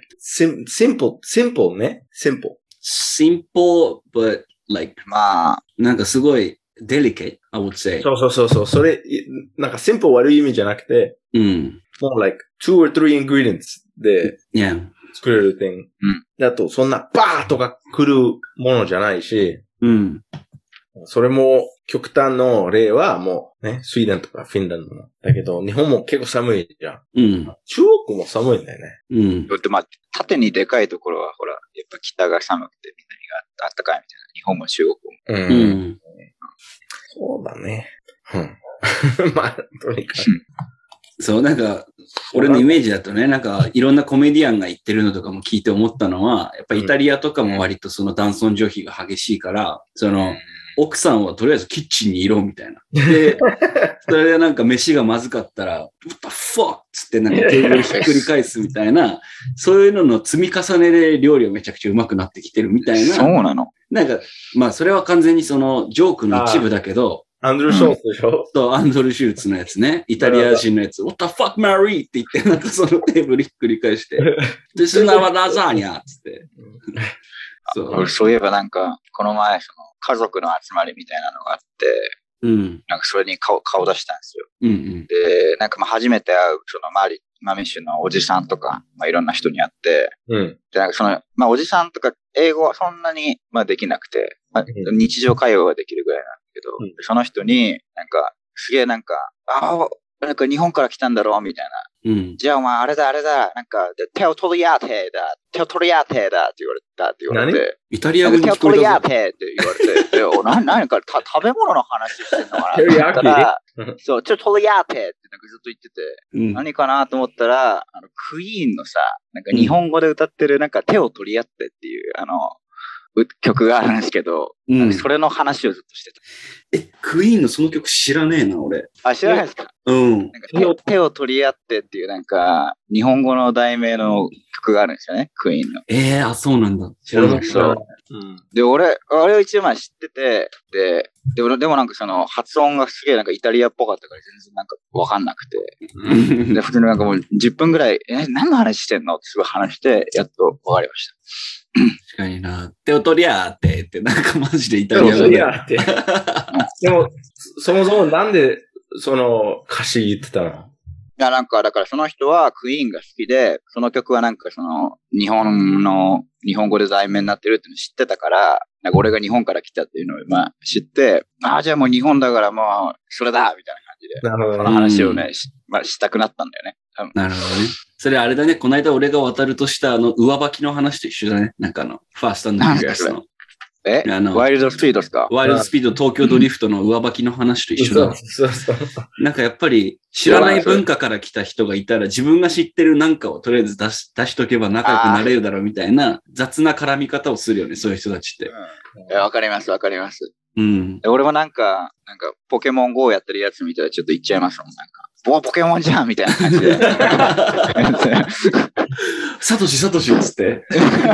simple ね。 simple, but like, まあ。 なんかすごい delicate, I would say. そう。それ、なんか simple 悪い意味じゃなくて、 うん。 もう like 2 or 3 ingredients で作れる thing。 うん。 だと、そんなバーとか来るものじゃないし、 うん。 それも極端の例はもうね、スウェーデンとかフィンランドの。だけど、日本も結構寒いじゃん。 うん。 中国も寒いんだよね。 うん。 だってまあ、縦にでかいところはほら、やっぱ北が寒くて南が暖かいみたいな。日本も中国も。 うん。 そうだね。うん。まあ、とにかく。 そう、なんか、俺のイメージだとね、なんか、いろんなコメディアンが言ってるのとかも聞いて思ったのは、やっぱイタリアとかも割とその男尊女卑が激しいから、その、奥さんはとりあえずキッチンにいろみたいな。で、それでなんか飯がまずかったら、What the fuck? つってなんかテーブルひっくり返すみたいな、そういうのの積み重ねで料理をめちゃくちゃうまくなってきてるみたいな。 そうなの？ なんか、まあそれは完全にそのジョークの一部だけど、 アンドル・ショーツでしょ？ そう、アンドル・シューツのやつね。イタリア人のやつ。What the fuck, Mary? って言って、なんかそのテーブルひっくり返して、This is not a lasagna! つって。 そういえばなんか、この前、その家族の集まりみたいなのがあって、 うん。 なんかそれに顔出したんですよ。 うんうん、 で、なんかまあ初めて会う、そのマミッシュのおじさんとか、まあいろんな人に会って、 うん。 で、なんかその、まあおじさんとか英語はそんなにまあできなくて、まあ、日常会話はできるぐらいなんだけど、その人になんか、すげえなんか、なんか日本から来たんだろうみたいな。 うん、 じゃあお前あれだ、なんか、手を取り合ってって言われて。 イタリア語に手を取り合ってって言われて、何か食べ物の話してんのかなと思ったら、そう、ちょっと取り合ってってなんかずっと言ってて、何かなと思ったら、クイーンのさ、なんか日本語で歌ってるなんか手を取り合ってっていう、曲があるんですけど、それの話をずっとしてた。クイーンのその曲知らねえな、俺。 あ、知らないですか？ うん。 なんか手を取り合ってっていうなんか、日本語の題名の曲があるんですよね、クイーンの。 あ、そうなんだ。知らない。 そう。で、俺は一応知ってて、でもなんかその発音がすげえなんかイタリアっぽかったから全然なんかわかんなくて。で、普通になんかもう10分ぐらい、何の話してんのってすごい話して、やっとわかりました。 確かにな。手を取り合ってって、なんかマジでイタリア語で。手を取り合って。 でも、そもそもなんで、その歌詞言ってたの？いや、なんか、だからその人はクイーンが好きで、その曲はなんかその、日本語で題名になってるっていうのを知ってたから、なんか俺が日本から来たっていうのを知って、じゃあもう日本だからもう、それだみたいな感じで。なるほど、ね。その話をね、したくなったんだよね。 なるほどね。それあれだね、この間俺が渡るとした上履きの話と一緒だね。なんかファースト&フューリアスの。 ワイルドスピードですか？ ワイルドスピード東京ドリフトの上履きの話と一緒だ。 そう。 なんかやっぱり知らない文化から来た人がいたら自分が知ってるなんかをとりあえず出しとけば仲良くなれるだろうみたいな雑な絡み方をするよね、そういう人たちって。 わかります。うん。俺もなんかポケモン GO やってるやつ見たらちょっと言っちゃいますもん。なんかポケモンじゃんみたいな感じで。 サトシっつって。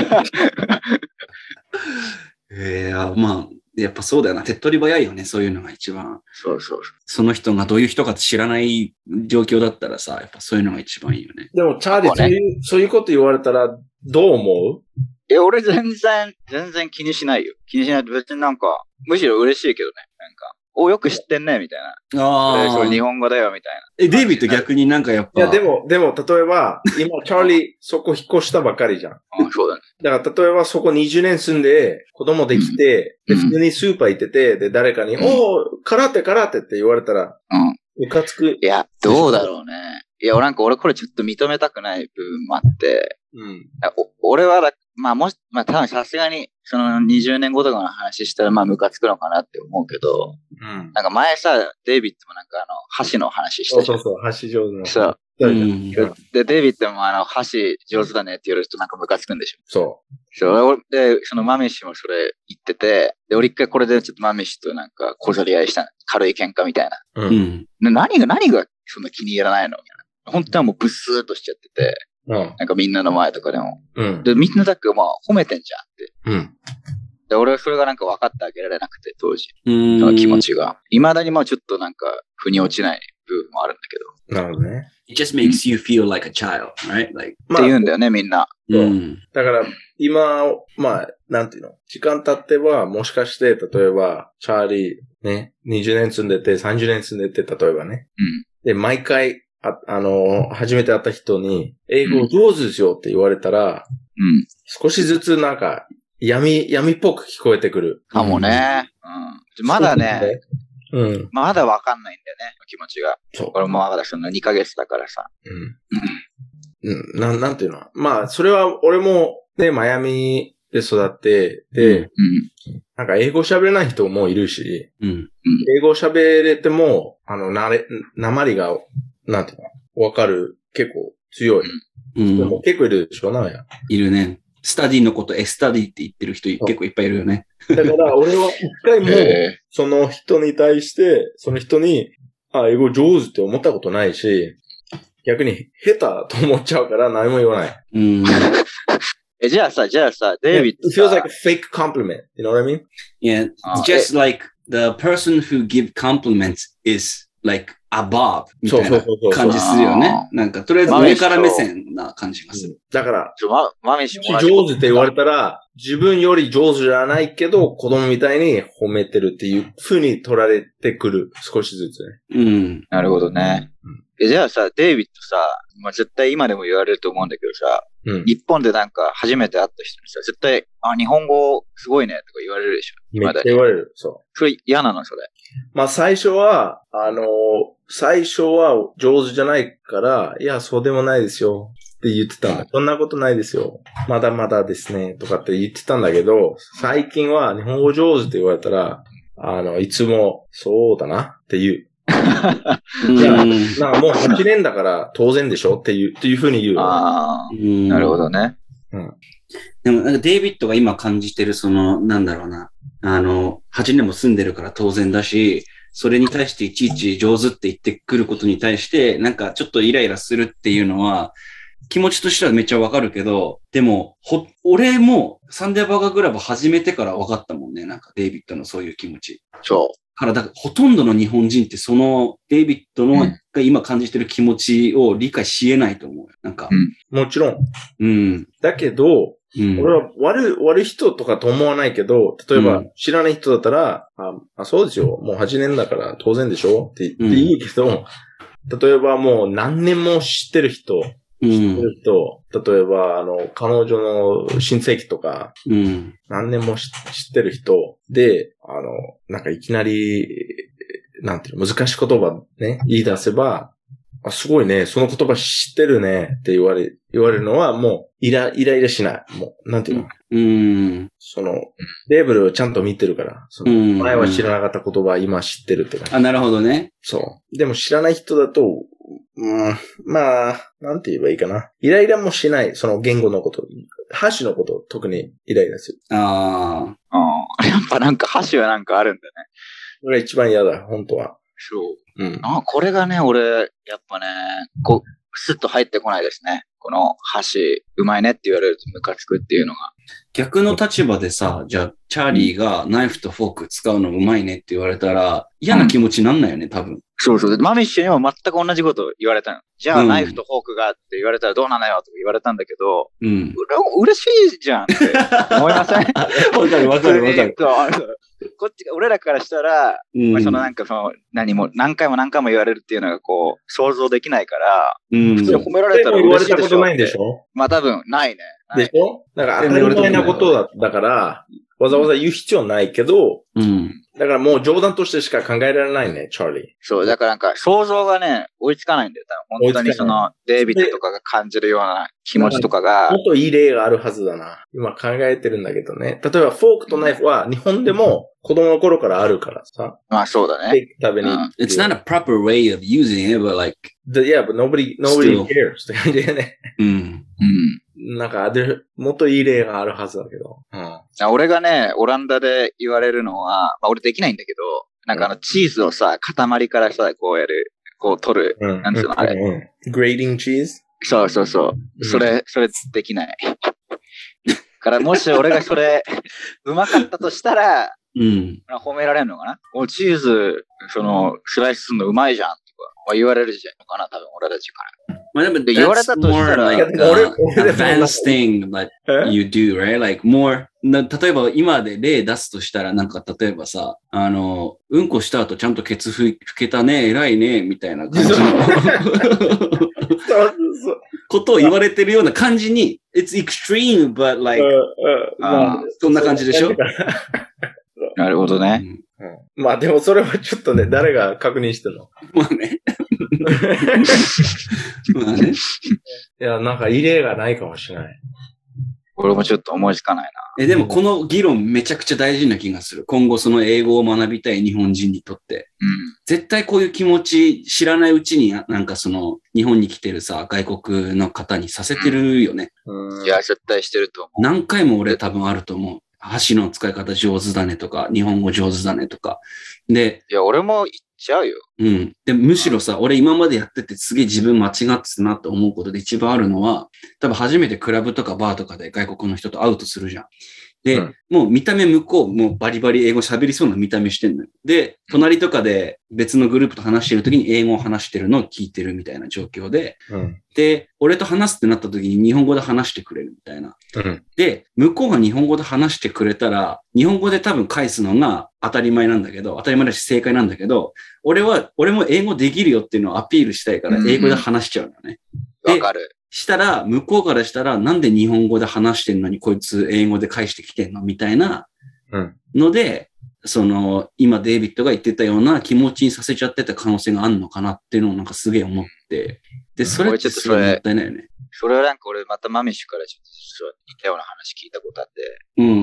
まあ、やっぱそうだよな。手っ取り早いよね。そういうのが一番。 そう。 その人がどういう人か知らない状況だったらさ、やっぱそういうのが一番いいよね。 でも、チャーリー、そういうこと言われたら、どう思う？ 俺全然気にしないよ。気にしない。別になんか、むしろ嬉しいけどね。なんか、よく知ってんね、みたいな。それ日本語だよ、みたいな。 デイビッド逆になんかやっぱ。 いや、でも、例えば、今、チャーリー、そこ引っ越したばかりじゃん。 そうだね。 だから、例えばそこ20年住んで、子供できて、で、普通にスーパー行ってて、で、誰かに、空手って言われたら、ムカつく。 いや、どうだろうね。いや、俺これちょっと認めたくない部分もあって、俺は多分さすがに、その20年後とかの話したら、ムカつくのかなって思うけど、なんか前さ、デイビッドもなんか箸の話したじゃん。 そう、箸上手な。 そう。で、デイビッドも箸上手だねって言われるとなんかムカつくんでしょ。そう。で、そのマミッシュもそれ言ってて、で、俺一回これでちょっとマミッシュとなんか小競り合いしたの。軽い喧嘩みたいな。何がそんな気に入らないのみたいな。本当はもうブスーっとしちゃってて、なんかみんなの前とかでも。で、みんなだけ褒めてんじゃんって。で、俺はそれがなんか分かってあげられなくて、当時。その気持ちが。未だにちょっとなんか、腑に落ちない部分もあるんだけど。なるほどね。 It just makes you feel like a child, right? Like, って言うんだよね、みんな。 だから、今、なんていうの時間経ってば、もしかして、例えば、チャーリー、ね、20年住んでて、30年住んでて、例えばね。で、毎回、初めて会った人に、英語上手ですよって言われたら、少しずつなんか、闇っぽく聞こえてくる。 かもね。まだね、まだわかんないんだよね、気持ちが。俺もまだその2ヶ月だからさ。 なんていうのまあ、それは俺もね、マイアミで育って、で、なんか英語喋れない人もいるし、英語喋れても、訛りが、なんていうのわかる、結構強い。でも結構いるでしょ、 いるね。スタディのことスタディって言ってる人結構いっぱいいるよね。 だから俺は一回も、その人に対して、その人に、英語上手って思ったことないし、逆に下手と思っちゃうから何も言わない。 じゃあさ、デイビッド。 It feels like a fake compliment. You know what I mean? Yeah. Just like the person who give compliments is like above みたいな感じするよね。なんか、とりあえず上から目線な感じがする。 だから、 マミシも上手って言われたら、自分より上手じゃないけど、子供みたいに褒めてるっていう風に取られてくる。少しずつね。なるほどね。じゃあさ、デイビッドさ、絶対今でも言われると思うんだけどさ、日本でなんか初めて会った人にさ、絶対、日本語すごいねとか言われるでしょ。 めっちゃ言われる。そう。 それ嫌なのそれ。 最初は上手じゃないから、いや、そうでもないですよって言ってたんだ。そんなことないですよ。まだまだですね。とかって言ってたんだけど、最近は日本語上手って言われたら、いつも、そうだなって言う。いや、なんかもう8年だから当然でしょっていうふうに言う。 なるほどね。 でも、なんかデイビッドが今感じてる、なんだろうな。8年も住んでるから当然だし、それに対していちいち上手って言ってくることに対して、なんかちょっとイライラするっていうのは、気持ちとしてはめっちゃわかるけど、でも、俺もサンデーバーガーグラブ始めてからわかったもんね。なんかデイビッドのそういう気持ち。 そう。 だからほとんどの日本人ってデイビッドが今感じてる気持ちを理解し得ないと思う。なんか。 もちろん。だけど、俺は悪い人とかと思わないけど、例えば知らない人だったら、そうですよ。もう8年だから当然でしょって言うけど、例えばもう何年も知ってる人、例えば、彼女の親戚とか、何年も知ってる人で、なんかいきなり、なんていうの、難しい言葉ね、言い出せば、すごいね、その言葉知ってるねって言われるのはもう、イライラしない。もう、なんていうのレーブルをちゃんと見てるから、前は知らなかった言葉、今知ってるって感じ。 なるほどね。 そう。でも知らない人だと、なんて言えばいいかな。イライラもしない、その言語のこと。箸のこと、特にイライラする。 やっぱなんか箸はなんかあるんだね。 これが一番嫌だ、本当は。 そう。これがね、俺、やっぱね、スッと入ってこないですね。この箸、うまいねって言われるとムカつくっていうのが。 逆の立場でさ、じゃあ、チャーリーがナイフとフォーク使うのうまいねって言われたら、嫌な気持ちなんないよね、多分。 そうそう。マミッシュにも全く同じこと言われたの。じゃあ、ナイフとフォークがって言われたらどうなのよとか言われたんだけど、嬉しいじゃんって思いません？ わかる。 こっちが、俺らからしたら、なんか何回も言われるっていうのが想像できないから、普通に褒められたら嬉しいでしょ。 言われたことないんでしょ？ 多分、ないね。 でしょ？だから当たり前なことだから、わざわざ言う必要ないけど、だからもう冗談としてしか考えられないね、チャーリー。 そう、だからなんか想像がね、追いつかないんだよ、多分。本当にデイビッドとかが感じるような気持ちとかが。 もっといい例があるはずだな。今考えてるんだけどね。例えばフォークとナイフは日本でも子供の頃からあるからさ。 そうだね。 食べに。 It's not a proper way of using it, but like... Yeah, but nobody cares って感じでね。なんか、もっといい例があるはずだけど。 俺がね、オランダで言われるのは、俺できないんだけど、なんかチーズをさ、塊からさ、取る。なんつうの、あれ。 grating cheese？ そう。それできない。から、もし俺がそれ、うまかったとしたら、褒められるのかな？チーズ、スライスするのうまいじゃんとかまあ、言われるじゃんのかな、多分俺たちから。 まあでも、 言われたとしたら、 like advanced thing that you do, right? Like more, 例えば今で例出すとしたら、なんか例えばさ、うんこした後ちゃんとケツ拭けたね、偉いね、みたいな感じのことを言われてるような感じに、it's extreme, but like, そんな感じでしょ？ なるほどね。 まあでもそれはちょっとね、誰が確認してんの？ まあね。まあね。 いや、なんか異例がないかもしれない。 俺もちょっと思いつかないな。 でもこの議論めちゃくちゃ大事な気がする。今後その英語を学びたい日本人にとって。絶対こういう気持ち知らないうちになんかその日本に来てるさ、外国の方にさせてるよね。 いや、絶対してると思う。 何回も俺多分あると思う。箸の使い方上手だねとか、日本語上手だねとか。で、 いや、俺も言っちゃうよ。 で、むしろさ、俺今までやっててすげえ自分間違ってたなって思うことで一番あるのは、多分初めてクラブとかバーとかで外国の人と会うとするじゃん。で、もう見た目向こう、もうバリバリ英語喋りそうな見た目してんのよ。で、隣とかで別のグループと話してる時に英語を話してるのを聞いてるみたいな状況で、で、俺と話すってなった時に日本語で話してくれるみたいな。で、向こうが日本語で話してくれたら、日本語で多分返すのが当たり前なんだけど、当たり前だし正解なんだけど、俺も英語できるよっていうのをアピールしたいから英語で話しちゃうのね。 わかる。 したら、向こうからしたら、なんで日本語で話してんのにこいつ英語で返してきてんのみたいなので、今デイビッドが言ってたような気持ちにさせちゃってた可能性があるのかなっていうのをなんかすげえ思って、で、それってすごいもったいないよね。 それはなんか俺またマミッシュからちょっと似たような話聞いたことあって、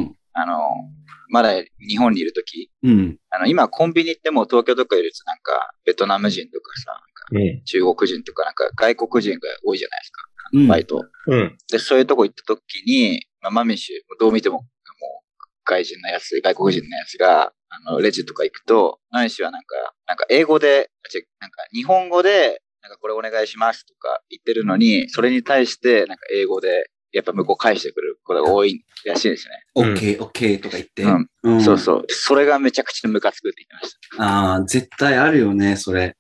まだ日本にいるとき、今コンビニってもう東京とかいるとなんかベトナム人とかさ、中国人とかなんか外国人が多いじゃないですか。バイト。で、そういうとこ行った時に、マミッシュ、どう見ても、もう、外国人のやつが、レジとか行くと、マミッシュはなんか英語で、なんか日本語で、なんかこれお願いしますとか言ってるのに、それに対して、なんか英語で、やっぱ向こう返してくることが多いらしいですね。 OK とか言って。 そうそう。それがめちゃくちゃムカつくって言ってました。 ああ、絶対あるよね、それ。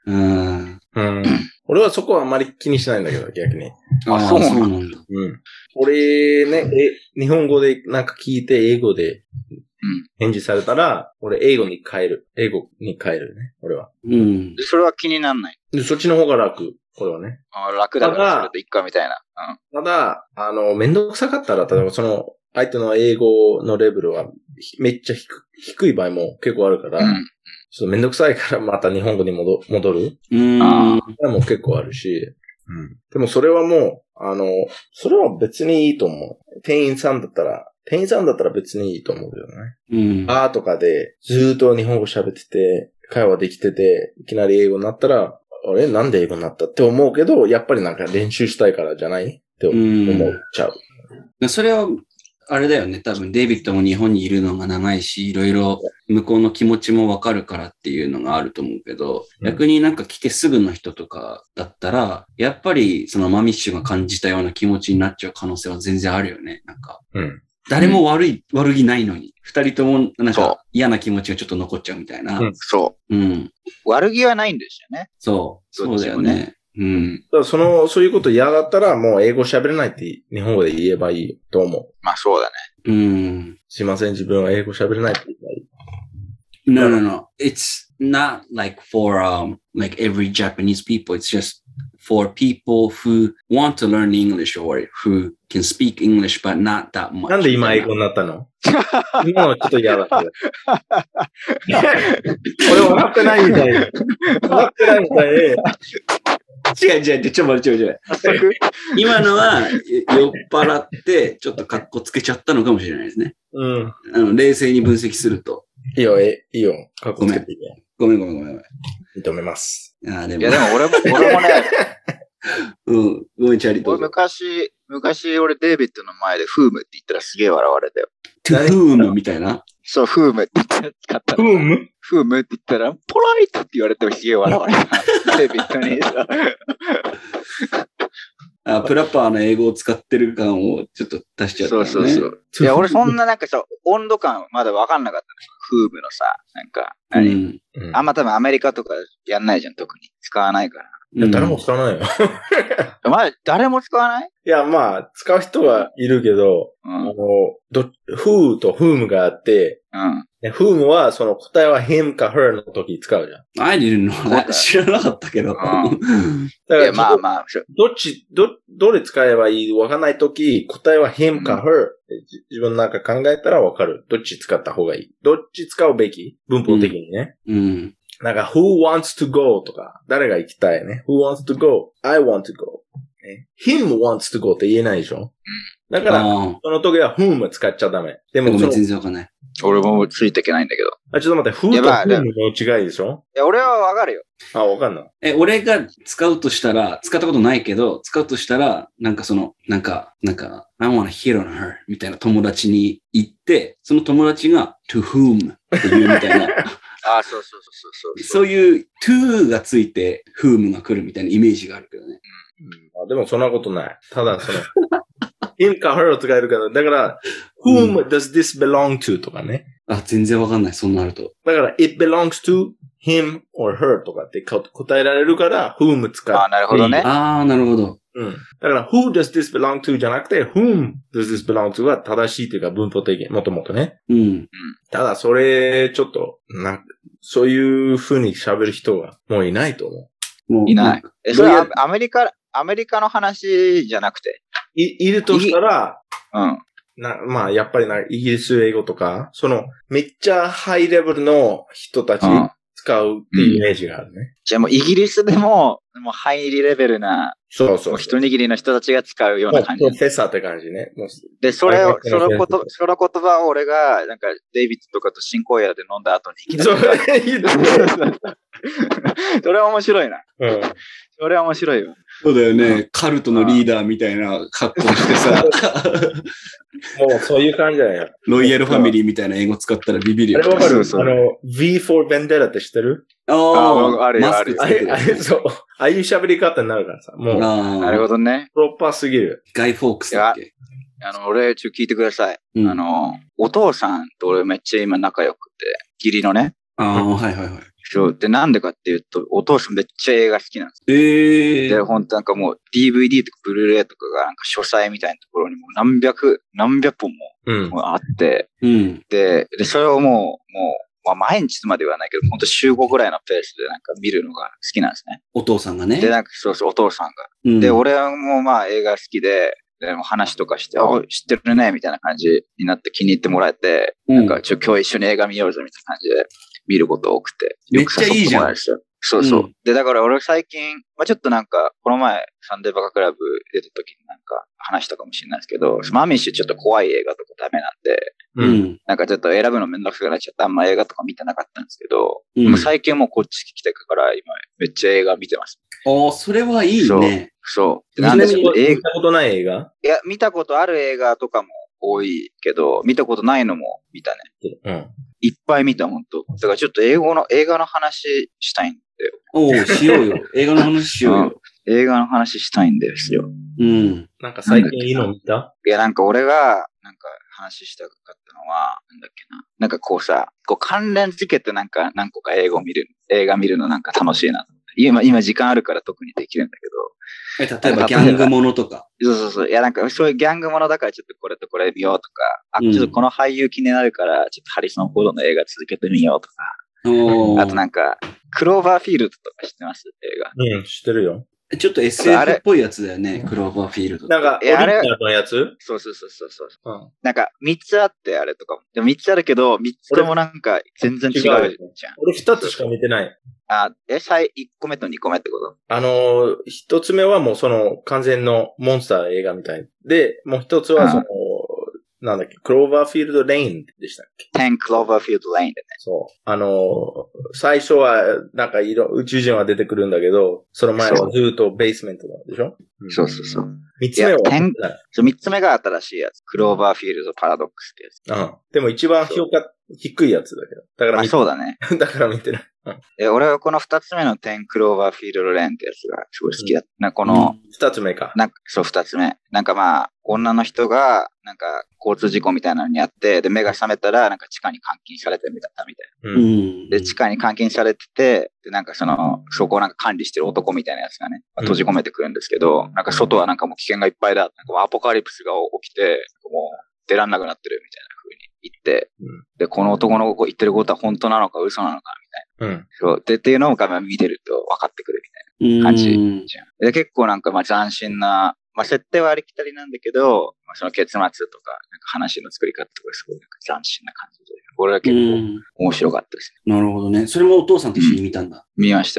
俺はそこはあんまり気にしないんだけど、逆に。 そうなんだ。 俺ね、日本語でなんか聞いて英語で返事されたら、俺英語に変えるね、俺は。 で、それは気になんない。 で、そっちの方が楽。これはね。 楽だからそれといっかみたいな。 ただ、めんどくさかったら、例えばその、相手の英語のレベルはめっちゃ低い場合も結構あるから、ちょっとめんどくさいからまた日本語に戻る。それも結構あるし、でもそれはもう、それは別にいいと思う。店員さんだったら別にいいと思うよね。バーとかでずーっと日本語喋ってて、会話できてて、いきなり英語になったら、なんで英語になったって思うけど、やっぱりなんか練習したいからじゃないって思っちゃう。 それは、あれだよね。多分、デイビッドも日本にいるのが長いし、いろいろ向こうの気持ちもわかるからっていうのがあると思うけど、逆になんか来てすぐの人とかだったら、やっぱりそのマミッシュが感じたような気持ちになっちゃう可能性は全然あるよね。なんか。誰も悪気ないのに、二人ともなんか嫌な気持ちがちょっと残っちゃうみたいな。 そう。悪気はないんですよね。 そうだよね。 そういうこと嫌だったらもう英語喋れないって日本語で言えばいいと思う。 まあそうだね。 すいません、自分は英語喋れないって言えばいい。 No. It's not like for like every Japanese people. It's just for people who want to learn English or who can speak English but not that much. なんで今英語になったの？今はちょっと嫌だけど。俺笑ってないみたい。 違う、ちょっと待って。今のは酔っ払ってちょっとカッコつけちゃったのかもしれないですね。冷静に分析すると。 いいよ、カッコつけていいよ。 ごめん。 認めます。 いや、でも俺もね、 ごめん、チャリと。 俺昔俺デイビッドの前でフームって言ったらすげえ笑われたよ。 フームみたいな？ そう、フームって言ったら。フームって言ったら、ポライトって言われてもすげえ笑われた。デイビッドにさ。 プラパーの英語を使ってる感をちょっと出しちゃったね。 そう。いや、俺そんななんかさ、温度感まだわかんなかったんですよ。風味のさ、なんか、あんま多分アメリカとかやんないじゃん、特に。使わないから。 いや、誰も使わないよ。 まあ、誰も使わない？ いや、まあ、使う人はいるけど、who と whom があって、whom はその答えは him か her の時使うじゃん。 I didn't know. 知らなかったけど。だからまあ、どれ使えばいいわかんない時、答えは him か her 自分なんか考えたらわかる。どっち使った方がいい。どっち使うべき文法的にね。なんか who wants to go とか、誰が行きたいね。who wants to go?I want to go.him wants to go って言えないでしょ。だから、その時は whom 使っちゃダメ。でも全然わかんない。 俺もついていけないんだけど。 ちょっと待って、who と whom の違いでしょ？ いや、俺はわかるよ。 わかんない。 俺が使うとしたら、使ったことないけど、使うとしたら、なんかなんか、I wanna hit on her みたいな友達に言って、その友達が to whom って言うみたいな。 そう。 そういう to がついて whom が来るみたいなイメージがあるけどね。 でもそんなことない。ただhim か her を使えるから、だから、whom does this belong to とかね。 全然わかんない、そんなると。 だから、it belongs to him or her とかって答えられるから、whom 使う。 なるほどね。 なるほど。 だから、who does this belong to じゃなくて、whom does this belong to は正しいというか文法的、もともとね。ただ、それ、ちょっと、そういう風に喋る人はもういないと思う。いない。それはアメリカの話じゃなくて。 いるとしたら、まあ、やっぱりイギリス英語とか、めっちゃハイレベルの人たち使うっていうイメージがあるね。 じゃあもうイギリスでもハイレベルな、 そう。 一握りの人たちが使うような感じ。 プロフェッサーって感じね。 で、その言葉を俺が、なんか、デイビッドとかと新荒野で飲んだ後にいきなり。それは面白いな。それは面白いよ。 そうだよね。カルトのリーダーみたいな格好してさ。 もうそういう感じだよ。 ロイヤルファミリーみたいな英語使ったらビビるよ。 あれわかる？V for Vendetta って知ってる？ ある。 あれ、そう。ああいう喋り方になるからさ。もう。 なるほどね。 プロッパーすぎる。 ガイ・フォークスだっけ？ 俺、ちょっと聞いてください。お父さんと俺めっちゃ今仲良くて、義理のね。 はい。 そう。で、なんでかっていうと、お父さんめっちゃ映画好きなんです。で、ほんとなんかもう DVD とかブルーレイとかがなんか書斎みたいなところにも何百本もあって、で、それをもう、まあ、毎日まではないけど、ほんと週5ぐらいのペースでなんか見るのが好きなんですね。 お父さんがね。 で、なんかそう、お父さんが。で、俺もまあ映画好きで、でも話とかして、知ってるね、みたいな感じになって気に入ってもらえて、なんか今日一緒に映画見ようぜ、みたいな感じで見ること多くて。 めっちゃいいじゃん。 そう。で、だから俺最近、まあ、ちょっとなんか、この前、サンデーバカクラブ出た時になんか話したかもしれないですけど、マミッシュちょっと怖い映画とかダメなんで、なんかちょっと選ぶのめんどくさくなっちゃってあんま映画とか見てなかったんですけど、もう最近もうこっち来てから今めっちゃ映画見てます。 それはいいね。 そう。 なんで見たことない映画？ いや、見たことある映画とかも多いけど、見たことないのも見たね。いっぱい見た、ほんと。だからちょっと映画の話したいんだよ。 しようよ。映画の話しようよ。 映画の話したいんですよ。 なんか最近いいの見た？ いや、なんか俺が、なんか話したかったのは、なんだっけな。なんかこうさ、関連付けてなんか何個か映画見るのなんか楽しいな。今時間あるから特にできるんだけど。 例えばギャングものとか。 そう。いや、なんかそういうギャングものだからちょっとこれとこれ見ようとか、ちょっとこの俳優気になるから、ちょっとハリソン・フォードの映画続けてみようとか。あとなんか、クローバーフィールドとか知ってます？映画。知ってるよ。 ちょっと SF っぽいやつだよね、クローバーフィールド。 なんか、オリジナルのやつ？ そう。なんか、3つあって、あれとかも。でも3つあるけど、3つともなんか、全然違うじゃん。 俺2つしか見てない。 1個目と2個目ってこと？ 1つ目はもう完全のモンスター映画みたい。で、もう1つはなんだっけ、クローバーフィールドレインでしたっけ？ 10 クローバーフィールドレインでね。 そう。最初は、なんか宇宙人は出てくるんだけど、その前はずっとベースメントなんでしょ？ そう。 3つ目は 3つ目が新しいやつ。クローバーフィールドパラドックスってやつ。 でも一番評価低いやつだけど。だからそうだね。 だから見てない。 俺はこの2つ目の10クローバーフィールドレーンってやつがすごい好きだった。なんかこの、 2つ目か。 そう、2つ目。なんかまあ、女の人が、なんか交通事故みたいなのにあって、で、目が覚めたら、なんか地下に監禁されてみたいな。で、地下に監禁されてて、で、なんかそこをなんか管理してる男みたいなやつがね、閉じ込めてくるんですけど、なんか外はなんかもう危険がいっぱいだ。なんかもうアポカリプスが起きて、もう出らんなくなってるみたいな風に言って、で、この男の言ってることは本当なのか嘘なのかみたいな。そうでっていうのを見てると分かってくるみたいな感じじゃん。で、結構なんかまあ斬新な、まあ設定はありきたりなんだけど、まあ、その結末とか、なんか話の作り方とかすごいなんか斬新な感じで、これは結構面白かったですね。なるほどね。それもお父さんと一緒に見たんだ。 見ました。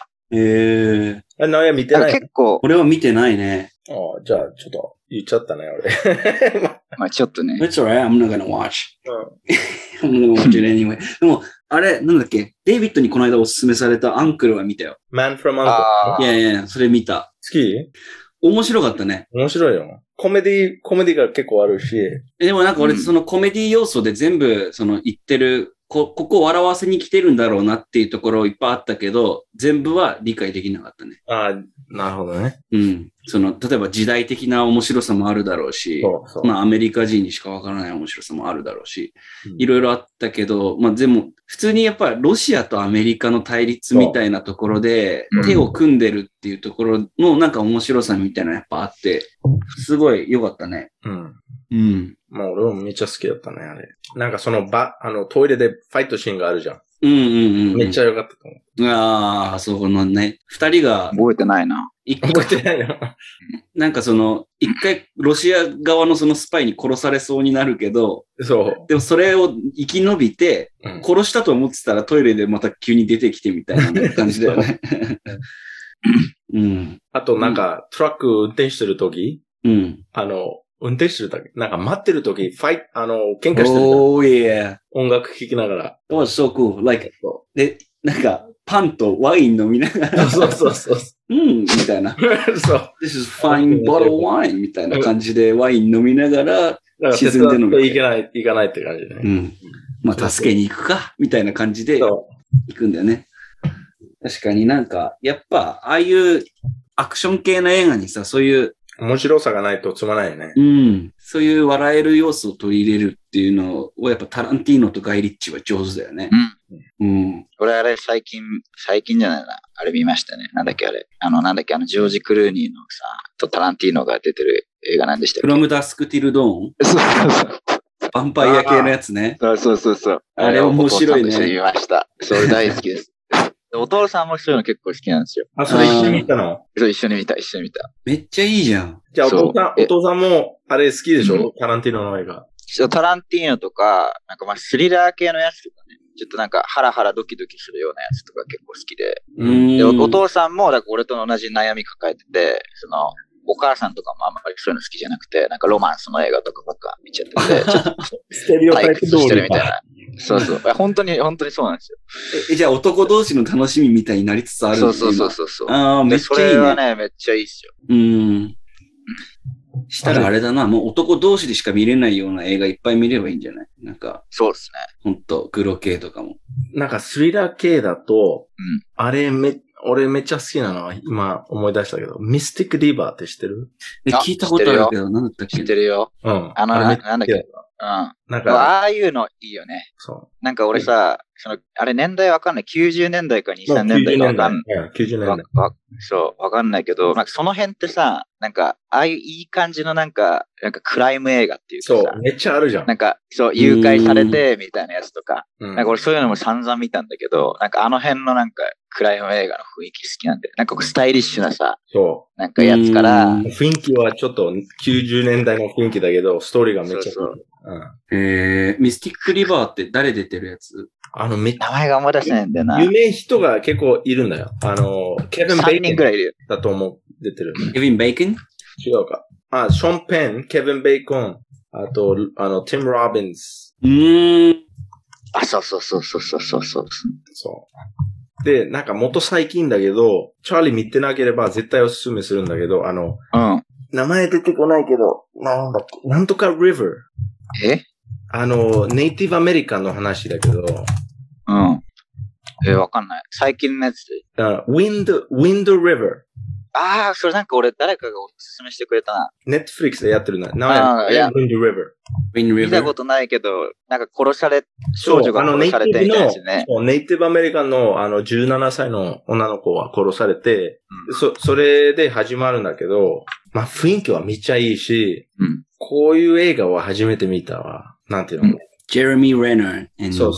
なんや見てない？ 結構。 俺は見てないね。 じゃあ、ちょっと言っちゃったね、俺。 まあちょっとね。 It's alright, I'm not gonna watch. I'm not gonna watch it anyway. でも、あれ、なんだっけデイビッドにこの間おすすめされたアンクルは見たよ。 Man from Uncle。 いや、それ見た。 好き？ 面白かったね。 面白いよ。コメディが結構あるし。 でもなんか俺、そのコメディ要素で全部、言ってる、ここを笑わせに来てるんだろうなっていうところいっぱいあったけど、全部は理解できなかったね。 なるほどね。 例えば時代的な面白さもあるだろうし、まあアメリカ人にしかわからない面白さもあるだろうし、いろいろあったけど、まあでも、普通にやっぱりロシアとアメリカの対立みたいなところで、手を組んでるっていうところのなんか面白さみたいなのやっぱあって、すごい良かったね。 まあ俺もめっちゃ好きだったね、あれ。なんかトイレでファイトシーンがあるじゃん。めっちゃ良かったと思う。そうね。二人が。 覚えてないな。 覚えてないな。 なんか一回ロシア側のそのスパイに殺されそうになるけど、でもそれを生き延びて、殺したと思ってたらトイレでまた急に出てきてみたいな感じだよね。 あとなんか、トラック運転してるとき、運転してるだけ。なんか待ってるとき、喧嘩してる。 yeah. 音楽聴きながら。 That was so cool.で、なんか、パンとワイン飲みながら。 そう。 みたいな。そう。This is fine bottle wine みたいな感じでワイン飲みながら、沈んで飲む。 行かないって感じね。 まあ、助けに行くかみたいな感じで行くんだよね。確かになんか、やっぱ、ああいうアクション系の映画にさ、そういう面白さがないとつまないよね。 そういう笑える要素を取り入れるっていうのを、やっぱタランティーノとガイリッチは上手だよね。 俺あれ最近じゃないな。あれ見ましたね。なんだっけあれ。ジョージ・クルーニーのさ、とタランティーノが出てる映画なんでしたっけ？ From Dusk Till Dawn？ そう。ヴァンパイア系のやつね。 そう。 あれ面白いね。 見ました。それ大好きです。お父さんもそういうの結構好きなんですよ。 それ一緒に見たの？ そう、一緒に見た。 めっちゃいいじゃん。 じゃあお父さんもあれ好きでしょ？タランティーノの映画。 タランティーノとか、なんかまあスリラー系のやつとかね。ちょっとなんかハラハラドキドキするようなやつとか結構好きで。で、お父さんも、だから俺と同じ悩み抱えてて、お母さんとかもあんまりそういうの好きじゃなくて、なんかロマンスの映画とかばっか見ちゃってて、ちょっとステレオタイプ通りしてるみたいな。そう。本当にそうなんですよ。じゃあ男同士の楽しみみたいになりつつあるんですそう。 めっちゃいいね。 それはね、めっちゃいいっすよ。 したらあれだな、もう男同士でしか見れないような映画いっぱい見ればいいんじゃない？なんか。 そうっすね。ほんと、グロ系とかも。 なんかスリラー系だと、俺めっちゃ好きなのは今思い出したけど、ミスティック・ディーバーって知ってる？ 聞いたことあるけど、なんだったっけ？ 知ってるよ。なんだっけ？なんか、ああいうのいいよね。 そう。 なんか俺さ、あれ年代わかんない。90年代か2000年代かわかんない。 90年代。 そう、わかんないけど、なんかその辺ってさ、なんか、ああいういい感じのなんかクライム映画っていうかさ。 そう、めっちゃあるじゃん。 なんか、そう、誘拐されて、みたいなやつとか。なんか俺そういうのも散々見たんだけど、なんかあの辺のなんか、クライム映画の雰囲気好きなんで。なんかスタイリッシュなさ、なんかやつから。 雰囲気はちょっと90年代の雰囲気だけど、ストーリーがめっちゃそう。 ミスティックリバーって誰出てるやつ？ 名前が思い出せないんだよな。 有名人が結構いるんだよ。ケビン・ベイ 3人ぐらいいるよ。 だと思う。出てる。 ケビン・ベイコン？ 違うか。ショーン・ペン、ケビン・ベイコン、あと、ティム・ロビンス。 そう。 で、なんか元最近だけど、チャーリー見てなければ絶対おすすめするんだけど、名前出てこないけど、なんだっけ、なんとかリバー。 ネイティブアメリカンの話だけど。 うん。わかんない。最近のやつで。 Wind River。 ああ、それなんか俺誰かがおすすめしてくれたな。 Netflix でやってるな。名前、Wind River。 見たことないけど、なんか少女が殺されてみたいなやつね。 ネイティブアメリカンの17歳の女の子は殺されて、それで始まるんだけど、まあ雰囲気はめっちゃいいし、こういう映画は初めて見たわ。なんていうの、 Jeremy Renner。 そう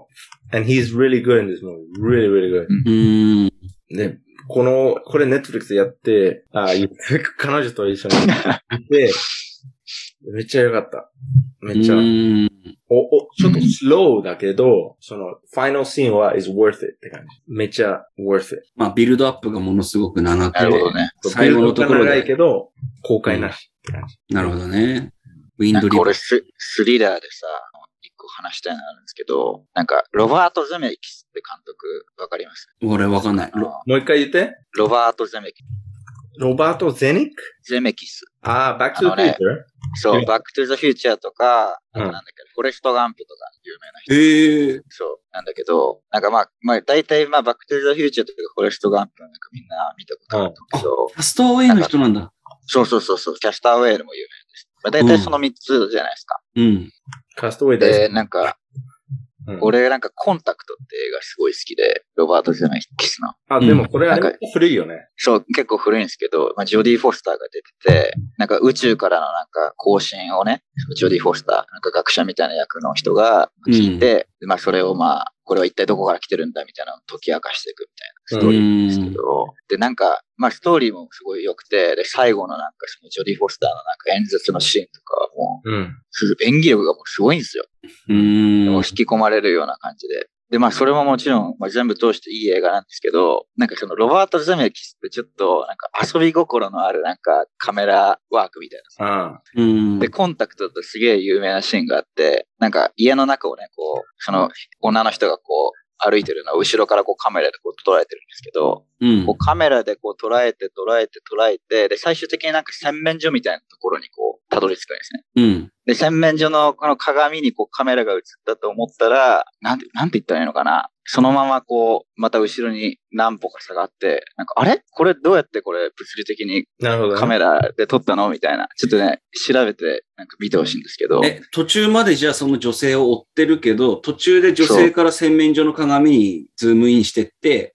。And he's really good in this movie. Really, really good. で、これ Netflix でやって、彼女と一緒に見て、めっちゃ良かった。めっちゃ。ちょっとスローだけど、その、ファイナルシーンは is worth it って感じ。めっちゃ worth it。 まあ、ビルドアップがものすごく長くて。 なるほどね。 最後のところで。 長いけど、公開なしって感じ。 なるほどね。ウィンドリバー。 なんか俺スリラーでさ、一個話したいのがあるんですけど、なんか、ロバート・ゼメキスって監督、わかります？ 俺わかんない。 もう一回言って。 ロバート・ゼメキス。 ロバート・ゼメキス。バック・トゥ・ザ・フューチャー？ そう、バック・トゥ・ザ・フューチャーとか、なんだっけ、フォレスト・ガンプとか有名な人。そう、なんだけど、なんかまあ、大体バック・トゥ・ザ・フューチャーとかフォレスト・ガンプなんかみんな見たことあるんだけど。 キャストアウェイの人なんだ。 そう、キャストアウェイでも有名です。大体その3つじゃないですか。 キャストアウェイで。 なんか、俺なんかコンタクトって映画すごい好きで、ロバート・ゼメキスの。 でもこれは古いよね。 そう、結構古いんですけど、ジョディ・フォスターが出てて、なんか宇宙からのなんか更新をね、ジョディ・フォスター、なんか学者みたいな役の人が聞いて、それをこれは一体どこから来てるんだみたいなのを解き明かしていくみたいなストーリーなんですけど、で、なんか、ストーリーもすごい良くて、で、最後のなんかそのジョディ・フォスターのなんか演説のシーンとかはもう、演技力がもうすごいんですよ。もう引き込まれるような感じで。で、それももちろん、全部通していい映画なんですけど、なんかそのロバート・ゼメキスってちょっと、なんか遊び心のあるなんかカメラワークみたいな。で、コンタクトとすげえ有名なシーンがあって、なんか家の中をね、こう、その女の人がこう、歩いてるのを後ろからこうカメラでこう捉えてるんですけど、こうカメラでこう捉えて、で、最終的になんか洗面所みたいなところにこう、たどり着くんですね。で、洗面所のこの鏡にこうカメラが映ったと思ったら、なんて言ったらいいのかな。そのままこう、また後ろに何歩か下がって、なんか、あれこれどうやってこれ物理的にカメラで撮ったのみたいな。ちょっとね、調べてなんか見てほしいんですけど。 途中までじゃあその女性を追ってるけど、途中で女性から洗面所の鏡にズームインしてって、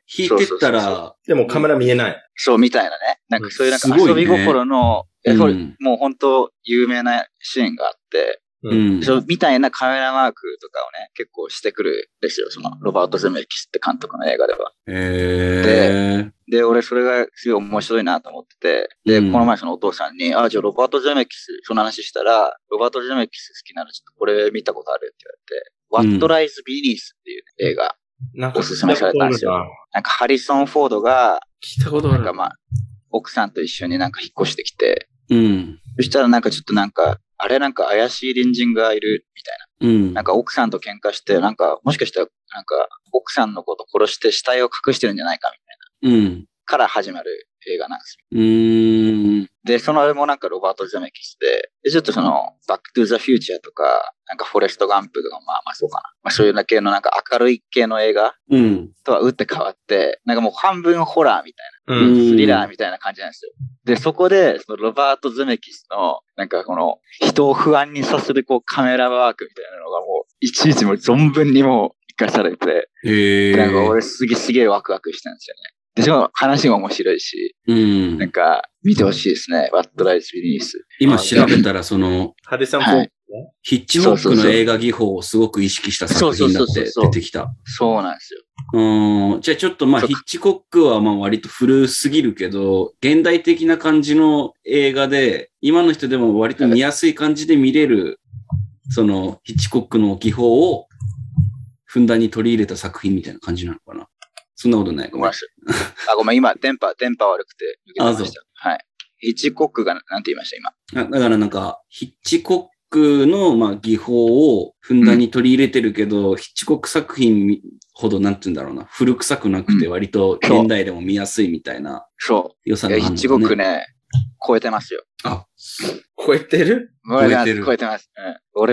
引いてったら、 でもカメラ見えない。 そう、みたいなね。なんかそういうなんか遊び心の、もう本当有名なシーンがあって、そうみたいなカメラマークとかをね、結構してくるんですよ。その、ロバート・ゼメキスって監督の映画では。で、俺それがすごい面白いなと思ってて、で、この前そのお父さんに、じゃあロバート・ゼメキス、その話したら、ロバート・ゼメキス好きならちょっとこれ見たことあるって言われて、What Lies Beneath っていう映画、おすすめされたんですよ。なんかハリソン・フォードが、 聞いたことある。 なんか奥さんと一緒になんか引っ越してきて、そしたらなんかちょっとなんか、あれなんか怪しい隣人がいるみたいな。なんか奥さんと喧嘩して、なんかもしかしたらなんか奥さんのこと殺して死体を隠してるんじゃないかみたいな。から始まる映画なんですよ。で、そのあれもなんかロバート・ゼメキスで、ちょっとその、バック・トゥ・ザ・フューチャーとか、なんかフォレスト・ガンプとかそうかな。そういうな系のなんか明るい系の映画とは打って変わって、なんかもう半分ホラーみたいな、スリラーみたいな感じなんですよ。で、そこで、そのロバート・ゼメキスの、なんかこの、人を不安にさせるこうカメラワークみたいなのがもう、いちいちもう存分にもう活かされて、なんか俺すげえワクワクしたんですよね。で、しかも話も面白いし、なんか見てほしいですね。What Lies Beneath。 今調べたらその、 はいヒッチホックの映画技法をすごく意識した作品だって出てきた。 そうなんですよ。 じゃあちょっとヒッチコックは割と古すぎるけど、現代的な感じの映画で、今の人でも割と見やすい感じで見れる、そのヒッチコックの技法をふんだんに取り入れた作品みたいな感じなのかな。そんなことない。 ごめん、今、電波悪くて抜けてました。はい。ヒッチコックがなんて言いました今。 だからなんか、ヒッチコックの技法をふんだんに取り入れてるけど、ヒッチコック作品ほどなんて言うんだろうな、古臭くなくて割と現代でも見やすいみたいな良さがあるんだね。 ヒッチコックね、超えてますよ。 超えてる？ 超えてます。俺め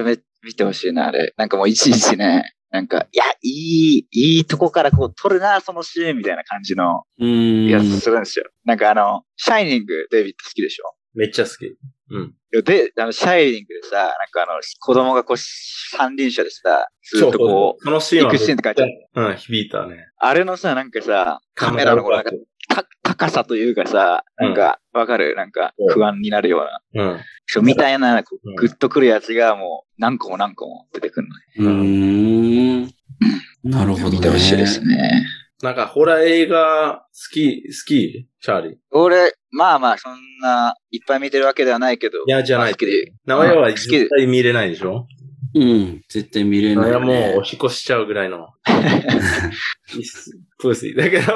見てほしいな、あれ。なんかもういちいちね、なんか、いや、いいとこからこう撮るな、そのシーンみたいな感じのやつするんですよ。なんかシャイニング、デイビッド好きでしょ？ めっちゃ好き。うん。 で、シャイニングでさ、なんか子供がこう、三輪車でさ、ずっとこう、 そのシーンは行くシーンって書いてある。 うん、響いたね。 あれのさ、なんかさ、カメラのなんか高さというかさ、なんか、わかる？なんか、不安になるような。うん。みたいな、グッとくるやつがもう、何個も何個も出てくるのね。なるほどね。 見てほしいですね。 なんか、ホラー映画好きチャーリー。 俺、まあまあ、そんな、いっぱい見てるわけではないけど。 いや、じゃない。 好きで。 名古屋は絶対見れないでしょ？ うん、絶対見れない、ね。 名古屋もうおしっこしちゃうぐらいの。プーシーだけど。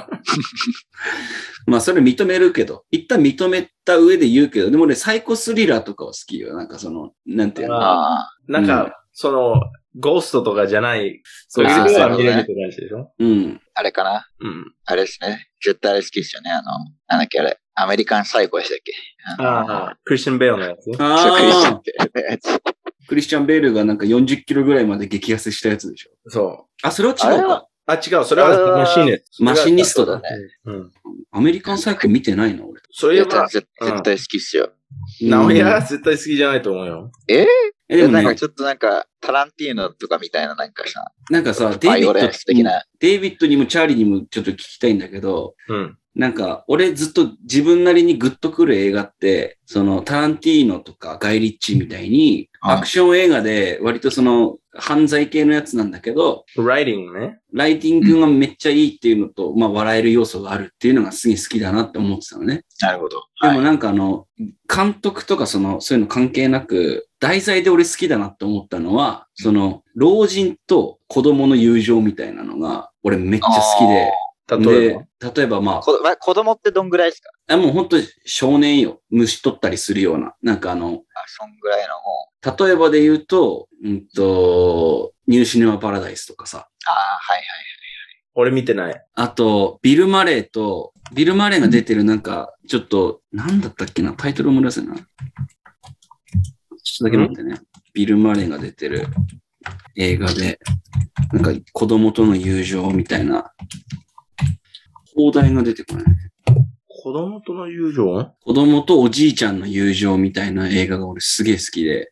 まあ、それ認めるけど、一旦認めた上で言うけど、でもね、サイコスリラーとかは好きよ。なんかなんていうの？ なんか、ゴーストとかじゃない、そういうのは見れるって感じでしょ？ うん。 あれかな？うん。あれですね。絶対あれ好きですよね。なんだっけあれ。アメリカンサイコでしたっけ？ クリスチャン・ベールのやつ？ クリスチャン・ベールのやつ。 クリスチャン・ベールがなんか40キロぐらいまで激痩せしたやつでしょ？ そう。 あ、それは違うか。 違う。それはマシニストだね。 うん。 アメリカンサイコ見てないの俺。 それは絶対好きっすよ。 名古屋絶対好きじゃないと思うよ。 でもなんかちょっとなんか、タランティーノとかみたいななんかさ。 なんかさ、デイビッドにもチャーリーにもちょっと聞きたいんだけど、なんか、俺ずっと自分なりにグッとくる映画って、タランティーノとかガイリッチみたいに、アクション映画で割と犯罪系のやつなんだけど、 ライティングね。 ライティングがめっちゃいいっていうのと、まあ笑える要素があるっていうのがすげえ好きだなって思ってたのね。 なるほど。 でもなんか監督とかそういうの関係なく、題材で俺好きだなって思ったのは、老人と子供の友情みたいなのが、俺めっちゃ好きで、例えばまあ。 子供ってどんぐらいですか？ もう本当少年よ。虫取ったりするような。なんかそんぐらいのもう。例えばで言うと、ニューシネマパラダイスとかさ。 はい。 俺見てない。 あと、ビル・マレーが出てるなんか、ちょっと、なんだったっけな、タイトル思い出せな。ちょっとだけ待ってね。ビル・マレーが出てる映画で、なんか子供との友情みたいな。放題が出てこない。 子供との友情？ 子供とおじいちゃんの友情みたいな映画が俺すげえ好きで。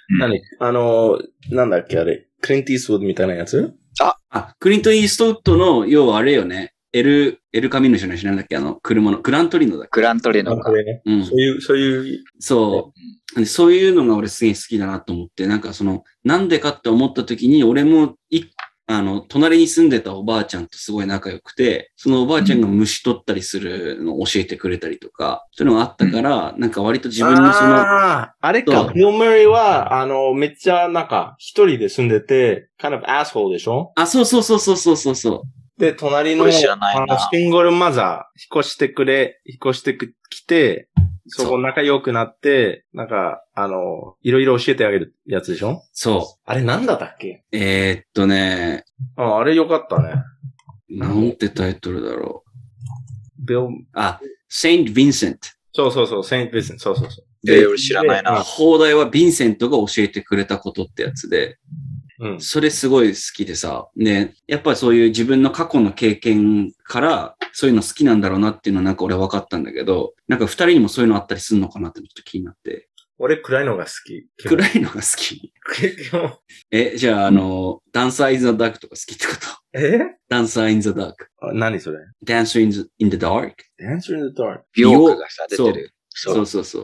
なんだっけあれ。クリント・イーストウッドみたいなやつ？ クリント・イーストウッドの、要はあれよね。エルカミノシの人なんだっけ車の、グラントリノだっけ？ グラントリノか。 うん。そういうのが俺すげえ好きだなと思って、なんかなんでかって思った時に、俺も隣に住んでたおばあちゃんとすごい仲良くて、そのおばあちゃんが虫取ったりするのを教えてくれたりとか、そういうのがあったから、なんか割と自分のあれか、ビル・マレーは、めっちゃなんか、一人で住んでて、kind of asshole でしょ？ そう。 で、隣の、シングルマザー、引っ越してきて、そこ仲良くなって、なんか、いろいろ教えてあげるやつでしょ？ そう。 あれなんだったっけ？ あれよかったね。 なんてタイトルだろう。 セイント・ヴィンセント。 そう、セイント・ヴィンセント。そう。 俺知らないな。 放題はヴィンセントが教えてくれたことってやつで、それすごい好きでさ、ね、やっぱりそういう自分の過去の経験からそういうの好きなんだろうなっていうのはなんか俺分かったんだけど、なんか二人にもそういうのあったりするのかなってちょっと気になって。 俺暗いのが好き。 暗いのが好き。じゃあダンサー・イン・ザ・ダークとか好きってこと？ダンサー・イン・ザ・ダーク。 何それ？ ダンサー・イン・ザ・ダーク。 ダンサー・イン・ザ・ダーク。 美容がさ、出てる。 そう。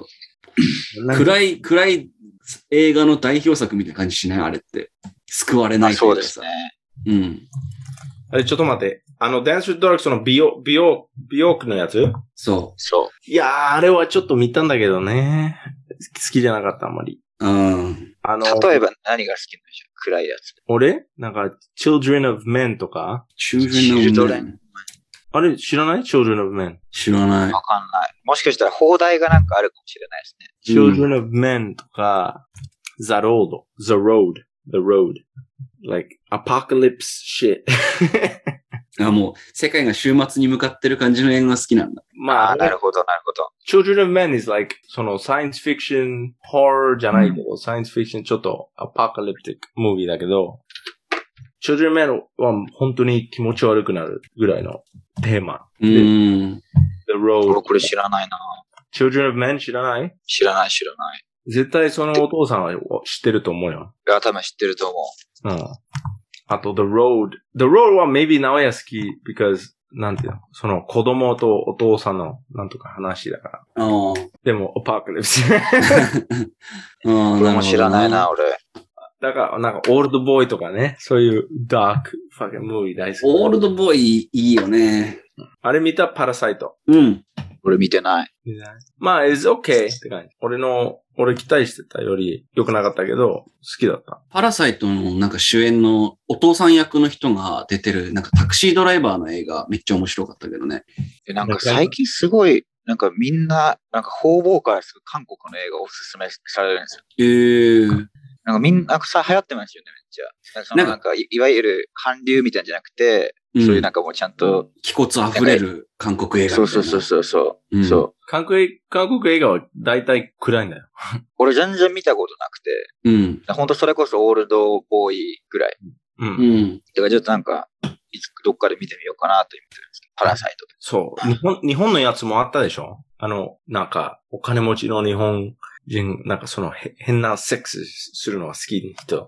暗い映画の代表作みたいな感じしない？あれって。救われないというかさ。 そうですね。 あれ、ちょっと待って。ダンス・ダーク、美容区のやつ？ そう。 いやー、あれはちょっと見たんだけどね。好きじゃなかった、あんまり。 例えば何が好きなんでしょう？暗いやつ。 俺なんか、Children of Men とか Children of Men。 あれ、知らない？ Children of Men。 知らない。 わかんない。もしかしたら放題がなんかあるかもしれないですね。Children of Men とか、The Road。Like, apocalypse shit. もう、世界が週末に向かってる感じの映画が好きなんだ。 まあ、なるほど、なるほど。 Children of Men is like, その science fiction horror じゃないけど、science fiction ちょっと apocalyptic movie だけど、Children of Men は本当に気持ち悪くなるぐらいのテーマ。The Road。 俺これ知らないな。 Children of Men 知らない？ 知らない。 絶対そのお父さんは知ってると思うよ。 いや、多分知ってると思う。 うん。あと The Road。The Road は maybe 直哉好き because なんていうのその子供とお父さんのなんとか話だから。でも、Apocalypse。 これも知らないな、俺。 だから、なんか、オールドボーイとかね、そういうダーク、ファケンムービー大好き。 オールドボーイいいよね。 あれ見たパラサイト。 うん。 俺見てない。 まあ、it's okay って感じ。俺期待してたより良くなかったけど、好きだった。 パラサイトのなんか主演のお父さん役の人が出てる、なんかタクシードライバーの映画めっちゃ面白かったけどね。 なんか最近すごい、なんかみんな、なんか方々からすぐ韓国の映画をおすすめされるんですよ。なんかみんなさ、流行ってますよね、めっちゃ。なんかいわゆる韓流みたいなんじゃなくて、そういうなんかもうちゃんと。 気骨溢れる韓国映画みたいな。 そう。 韓国映画は大体暗いんだよ。 俺全然見たことなくて。ほんとそれこそオールドボーイぐらい。だからちょっとなんか、どっかで見てみようかなと思ってるんですけど、パラサイトで。 そう。日本のやつもあったでしょ？なんか、お金持ちの日本人、なんかその変なセックスするのが好きな人。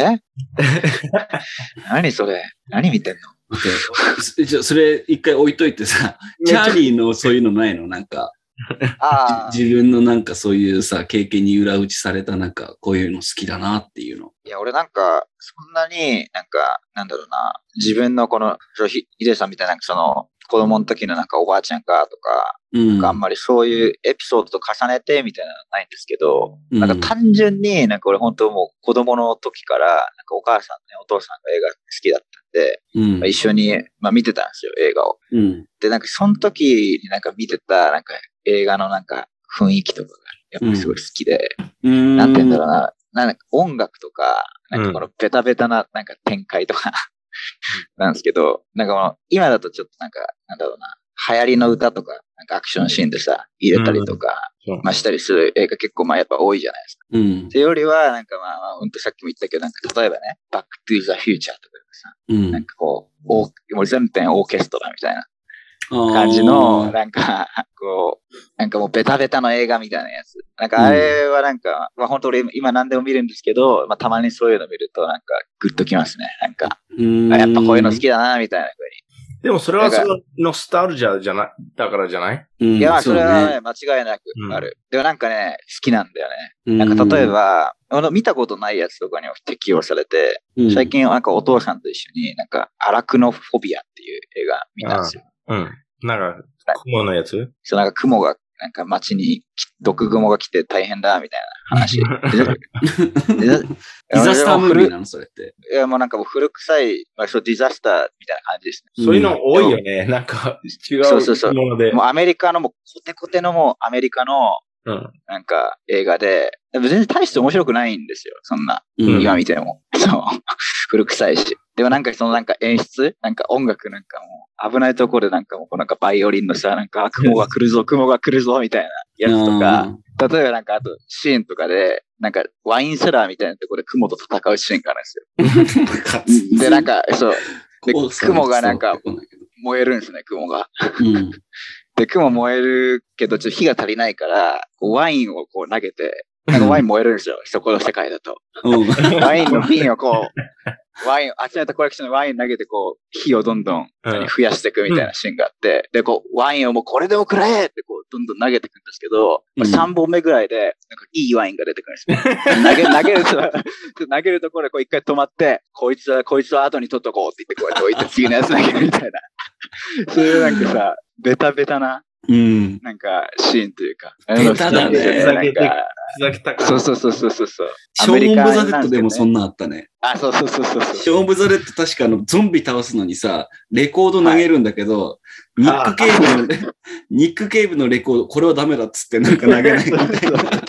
何それ？何見てんの？ じゃそれ一回置いといてさ、チャーリーのそういうのないの？なんか、自分のなんかそういうさ、経験に裏打ちされたなんか、こういうの好きだなっていうの。 いや、俺なんか、そんなになんか、なんだろうな、自分のこの、ヒデさんみたいなその、子供の時のなんかおばあちゃんかとか、なんかあんまりそういうエピソードと重ねてみたいなのないんですけど、なんか単純になんか俺本当もう子供の時から、なんかお母さんね、お父さんが映画好きだったんで、一緒に、見てたんですよ、映画を。で、なんかその時になんか見てたなんか映画のなんか雰囲気とかがやっぱすごい好きで、なんて言うんだろうな、なんか音楽とか、なんかこのベタベタななんか展開とか、なんですけど、なんかもう今だとちょっとなんか、なんだろうな、流行りの歌とか、なんかアクションシーンでさ、入れたりとか、したりする映画結構やっぱ多いじゃないですか。っていうよりは、なんかほんとさっきも言ったけど、なんか例えばね、バックトゥーザフューチャーとかでさ、なんかこう、もう全編オーケストラみたいな感じの、なんか、こう、なんかもうベタベタの映画みたいなやつ。なんかあれはなんか、本当俺今何でも見るんですけど、たまにそういうの見るとなんかグッときますね。なんか、やっぱこういうの好きだな、みたいな風に。 でもそれはそのノスタルジャじゃない、だからじゃない？ いや、それはね、間違いなくある。でもなんかね、好きなんだよね。なんか例えば、見たことないやつとかにも適用されて、最近なんかお父さんと一緒になんか、アラクノフォビアっていう映画見たんですよ。 なんか、雲のやつ？ そう、なんか雲が、なんか街に毒雲が来て大変だ、みたいな話。 ディザスタームービーなのそれって。 いや、もうなんかもう古臭い、そう、ディザスターみたいな感じですね。 そういうの多いよね。なんか、違うもので。 もうアメリカのもう、コテコテのもうアメリカの、なんか映画で、全然大して面白くないんですよ。そんな。今見ても。そう。古臭いし。でもなんかそのなんか演出なんか音楽なんかもう危ないところでなんかもうなんかバイオリンのさ、なんか雲が来るぞみたいなやつとか、例えばなんかあとシーンとかで、なんかワインセラーみたいなところで雲と戦うシーンがあるんですよ。で、なんかそう。で、雲がなんか燃えるんですね、雲が。で、雲燃えるけど、ちょっと火が足りないから、ワインをこう投げて、なんかワイン燃えるんですよ、そこの世界だと。ワインの瓶をこう、集めたコレクションのワイン投げてこう、火をどんどん増やしていくみたいなシーンがあって、で、こう、ワインをもうこれでもくれってこう、どんどん投げていくんですけど、3本目ぐらいで、なんかいいワインが出てくるんですよ。投げるところでこう一回止まって、こいつは後に取っとこうって言ってこうやって置いて次のやつ投げるみたいな。そういうなんかさ、ベタベタな、なんかシーンというか。 ベタだね。 そう。 ショーン・オブ・ザ・レッドでもそんなあったね。 そう。ショーン・オブ・ザ・レッド確かゾンビ倒すのにさ、レコード投げるんだけど、ニック・ケイブのレコード、これはダメだっつってなんか投げないみたいな。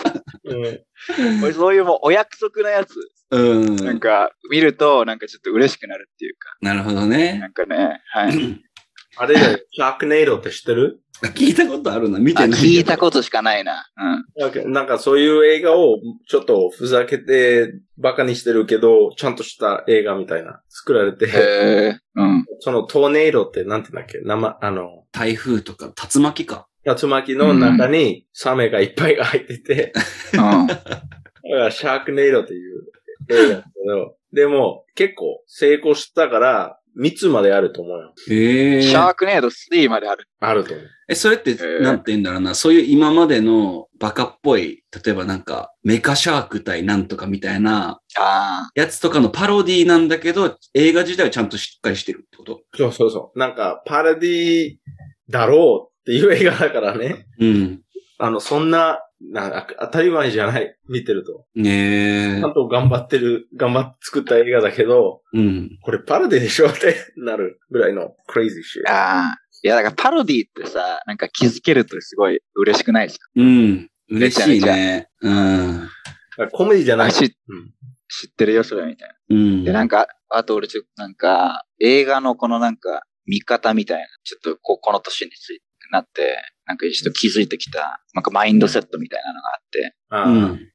俺そういうもうお約束のやつ、なんか見るとなんかちょっと嬉しくなるっていうか。 なるほどね。 なんかね、はい。 あれだよ、シャークネイドって知ってる？ 聞いたことあるな、見てない。 聞いたことしかないな。 なんかそういう映画をちょっとふざけてバカにしてるけど、ちゃんとした映画みたいな作られて、そのトーネイドってなんて言うんだっけ？ 台風とか竜巻か。 竜巻の中にサメがいっぱい入ってて、だからシャークネイドっていう映画だけど、でも結構成功したから、3つまであると思うよ。 シャークネード3まである。 あると思う。 それって、なんて言うんだろうな、そういう今までのバカっぽい、例えばなんか、メカシャーク対なんとかみたいな、やつとかのパロディなんだけど、映画自体はちゃんとしっかりしてるってこと？ そう。なんか、パロディだろうっていう映画だからね。そんな、当たり前じゃない。見てると。ちゃんと頑張って作った映画だけど、これパロディでしょってなるぐらいのクレイジーシー。 いや、だからパロディってさ、なんか気づけるとすごい嬉しくないですか？ 嬉しいね。 コメディじゃない。 知ってるよ、それみたいな。で、なんか、あと俺なんか、映画のこのなんか、見方みたいな、ちょっとこの年についてなって、なんかちょっと気づいてきた、なんかマインドセットみたいなのがあって、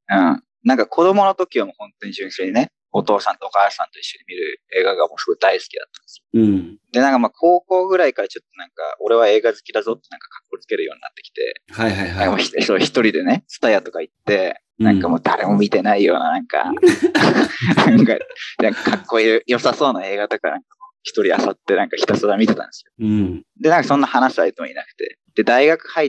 なんか子供の時はもう本当に純粋にね、お父さんとお母さんと一緒に見る映画がもうすごい大好きだったんですよ。で、なんかまあ高校ぐらいからちょっとなんか、俺は映画好きだぞってなんか格好つけるようになってきて、そう一人でね、ツタヤとか行って、なんかもう誰も見てないようななんか、なんかかっこ良さそうな映画とかなんか一人漁ってなんかひたすら見てたんですよ。で、なんかそんな話す相手もいなくて。で、大学入って、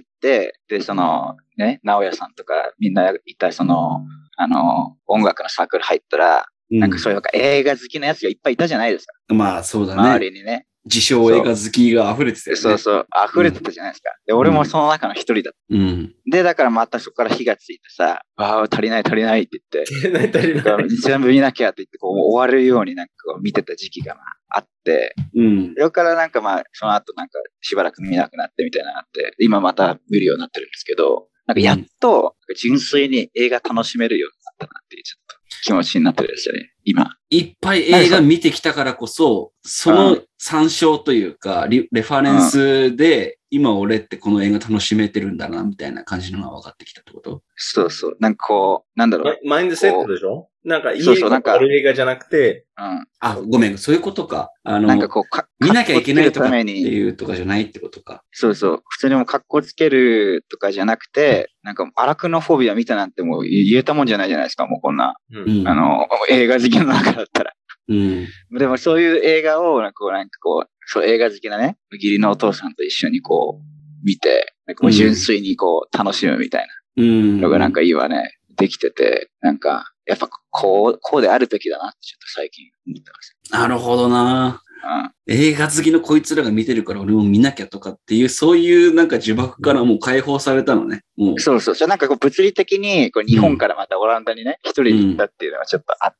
で、その、ね、直哉さんとかみんないたその、音楽のサークル入ったら、なんかそういう映画好きなやつがいっぱいいたじゃないですか。 まあそうだね。 周りにね。 自称映画好きが溢れてたよね。 そう、溢れてたじゃないですか。で、俺もその中の一人だった。で、だからまたそこから火がついてさ、足りないって言って。 足りない。 全部見なきゃって言って、こう終わるようになんか見てた時期があって、それからなんかまあ、その後なんかしばらく見なくなってみたいなのがあって、今また見るようになってるんですけど、なんかやっと純粋に映画楽しめるようになったなっていうちょっと気持ちになってるんですよね、今。 いっぱい映画見てきたからこそ、その参照というか、レファレンスで、今俺ってこの映画楽しめてるんだな、みたいな感じのが分かってきたってこと？ そう。なんかこう、なんだろう。 マインドセットでしょ？なんか家がある映画じゃなくて。 ごめん、そういうことか。なんかこう、見なきゃいけないとかっていうとかじゃないってことか。 そう。普通にも格好つけるとかじゃなくて、なんかアラクノフォビア見たなんてもう言えたもんじゃないじゃないですか、もうこんな。映画好きの中だったら。でもそういう映画を、なんかこう、そう映画好きなね、義理のお父さんと一緒にこう、見て、なんかもう純粋にこう、楽しむみたいなのがなんか今ね、できてて、なんか、やっぱこうであるべきだなってちょっと最近思ってます。 なるほどな。映画好きのこいつらが見てるから俺も見なきゃとかっていう、そういうなんか呪縛からもう解放されたのね。 そう。なんかこう物理的にこう日本からまたオランダにね、一人で行ったっていうのがちょっとあって、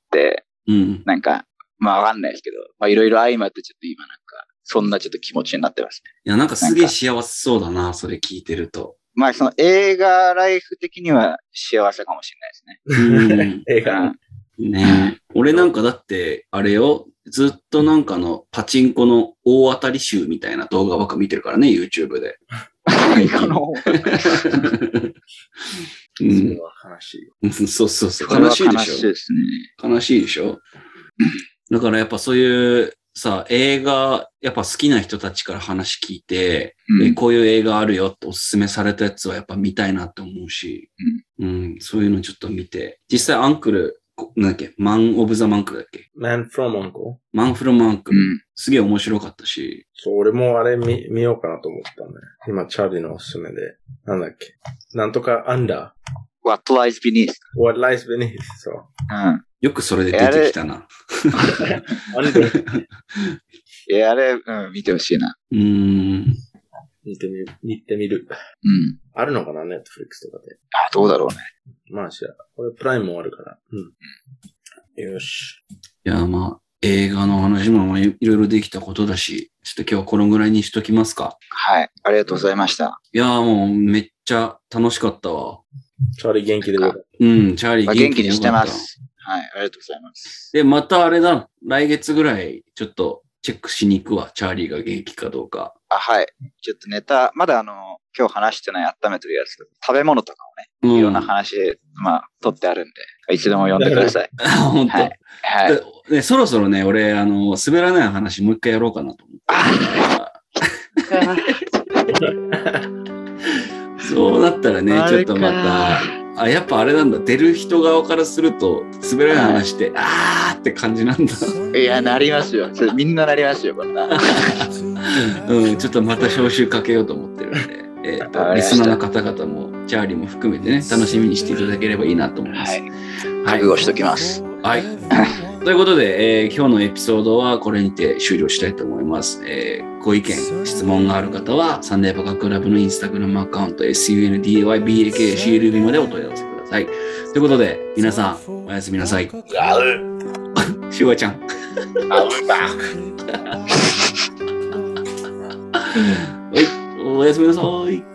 なんか、まあわかんないですけど、まあいろいろ相まってちょっと今なんか、そんなちょっと気持ちになってますね。 いや、なんかすげえ幸せそうだな、それ聞いてると。 まあその映画ライフ的には幸せかもしれないですね。 映画。 ねえ。俺なんかだって、あれよ、ずっとなんかのパチンコの大当たり集みたいな動画ばっか見てるからね、YouTube で。 映画の方が。 それは悲しい。 そう。悲しいでしょ。 悲しいですね。 悲しいでしょ。だからやっぱそういうさ、映画、やっぱ好きな人たちから話聞いて、こういう映画あるよっておすすめされたやつはやっぱ見たいなって思うし、そういうのちょっと見て。実際アンクル、なんだっけマン・オブ・ザ・マンクルだっけマン・フロム・アンクルマン・フロム・アンクル。すげえ面白かったし。 そう、俺もあれ見ようかなと思ったね。今、チャーリーのおすすめで。なんだっけなんとかアンダー。 What Lies Beneath。What Lies Beneath。そう。 よくそれで出てきたな。 いや、あれ、見てほしいな。 見てみる。あるのかな、ネットフリックスとかで。 どうだろうね。 まあ、これプライムもあるから。よし。 いや、まあ、映画の話もいろいろできたことだし、ちょっと今日はこのぐらいにしときますか。 はい。ありがとうございました。 いや、もうめっちゃ楽しかったわ。 チャーリー元気でよかった。 うん、チャーリー元気にしてます。はい、ありがとうございます。 で、またあれだ、来月ぐらい、ちょっとチェックしに行くわ、チャーリーが元気かどうか。 はい。ちょっとネタ、まだ今日話してない温めてるやつとか、食べ物とかをね、いろんな話、取ってあるんで、いつでも読んでください。 本当。 はい。 で、そろそろね、俺、滑らない話もう一回やろうかなと思って。そうなったらね、ちょっとまた、やっぱあれなんだ、出る人側からすると、滑らない話って、あーって感じなんだ。 いや、なりますよ。それみんななりますよ、こんな。 ちょっとまた招集かけようと思ってるんで、リスナーの方々も、チャーリーも含めてね、楽しみにしていただければいいなと思います。 覚悟しときます。 はい。ということで、今日のエピソードはこれにて終了したいと思います。ご意見、質問がある方は、サンデーバカクラブのインスタグラムアカウント、sundaybakclb までお問い合わせください。ということで、皆さん、おやすみなさい。シュワちゃん。はい、おやすみなさい。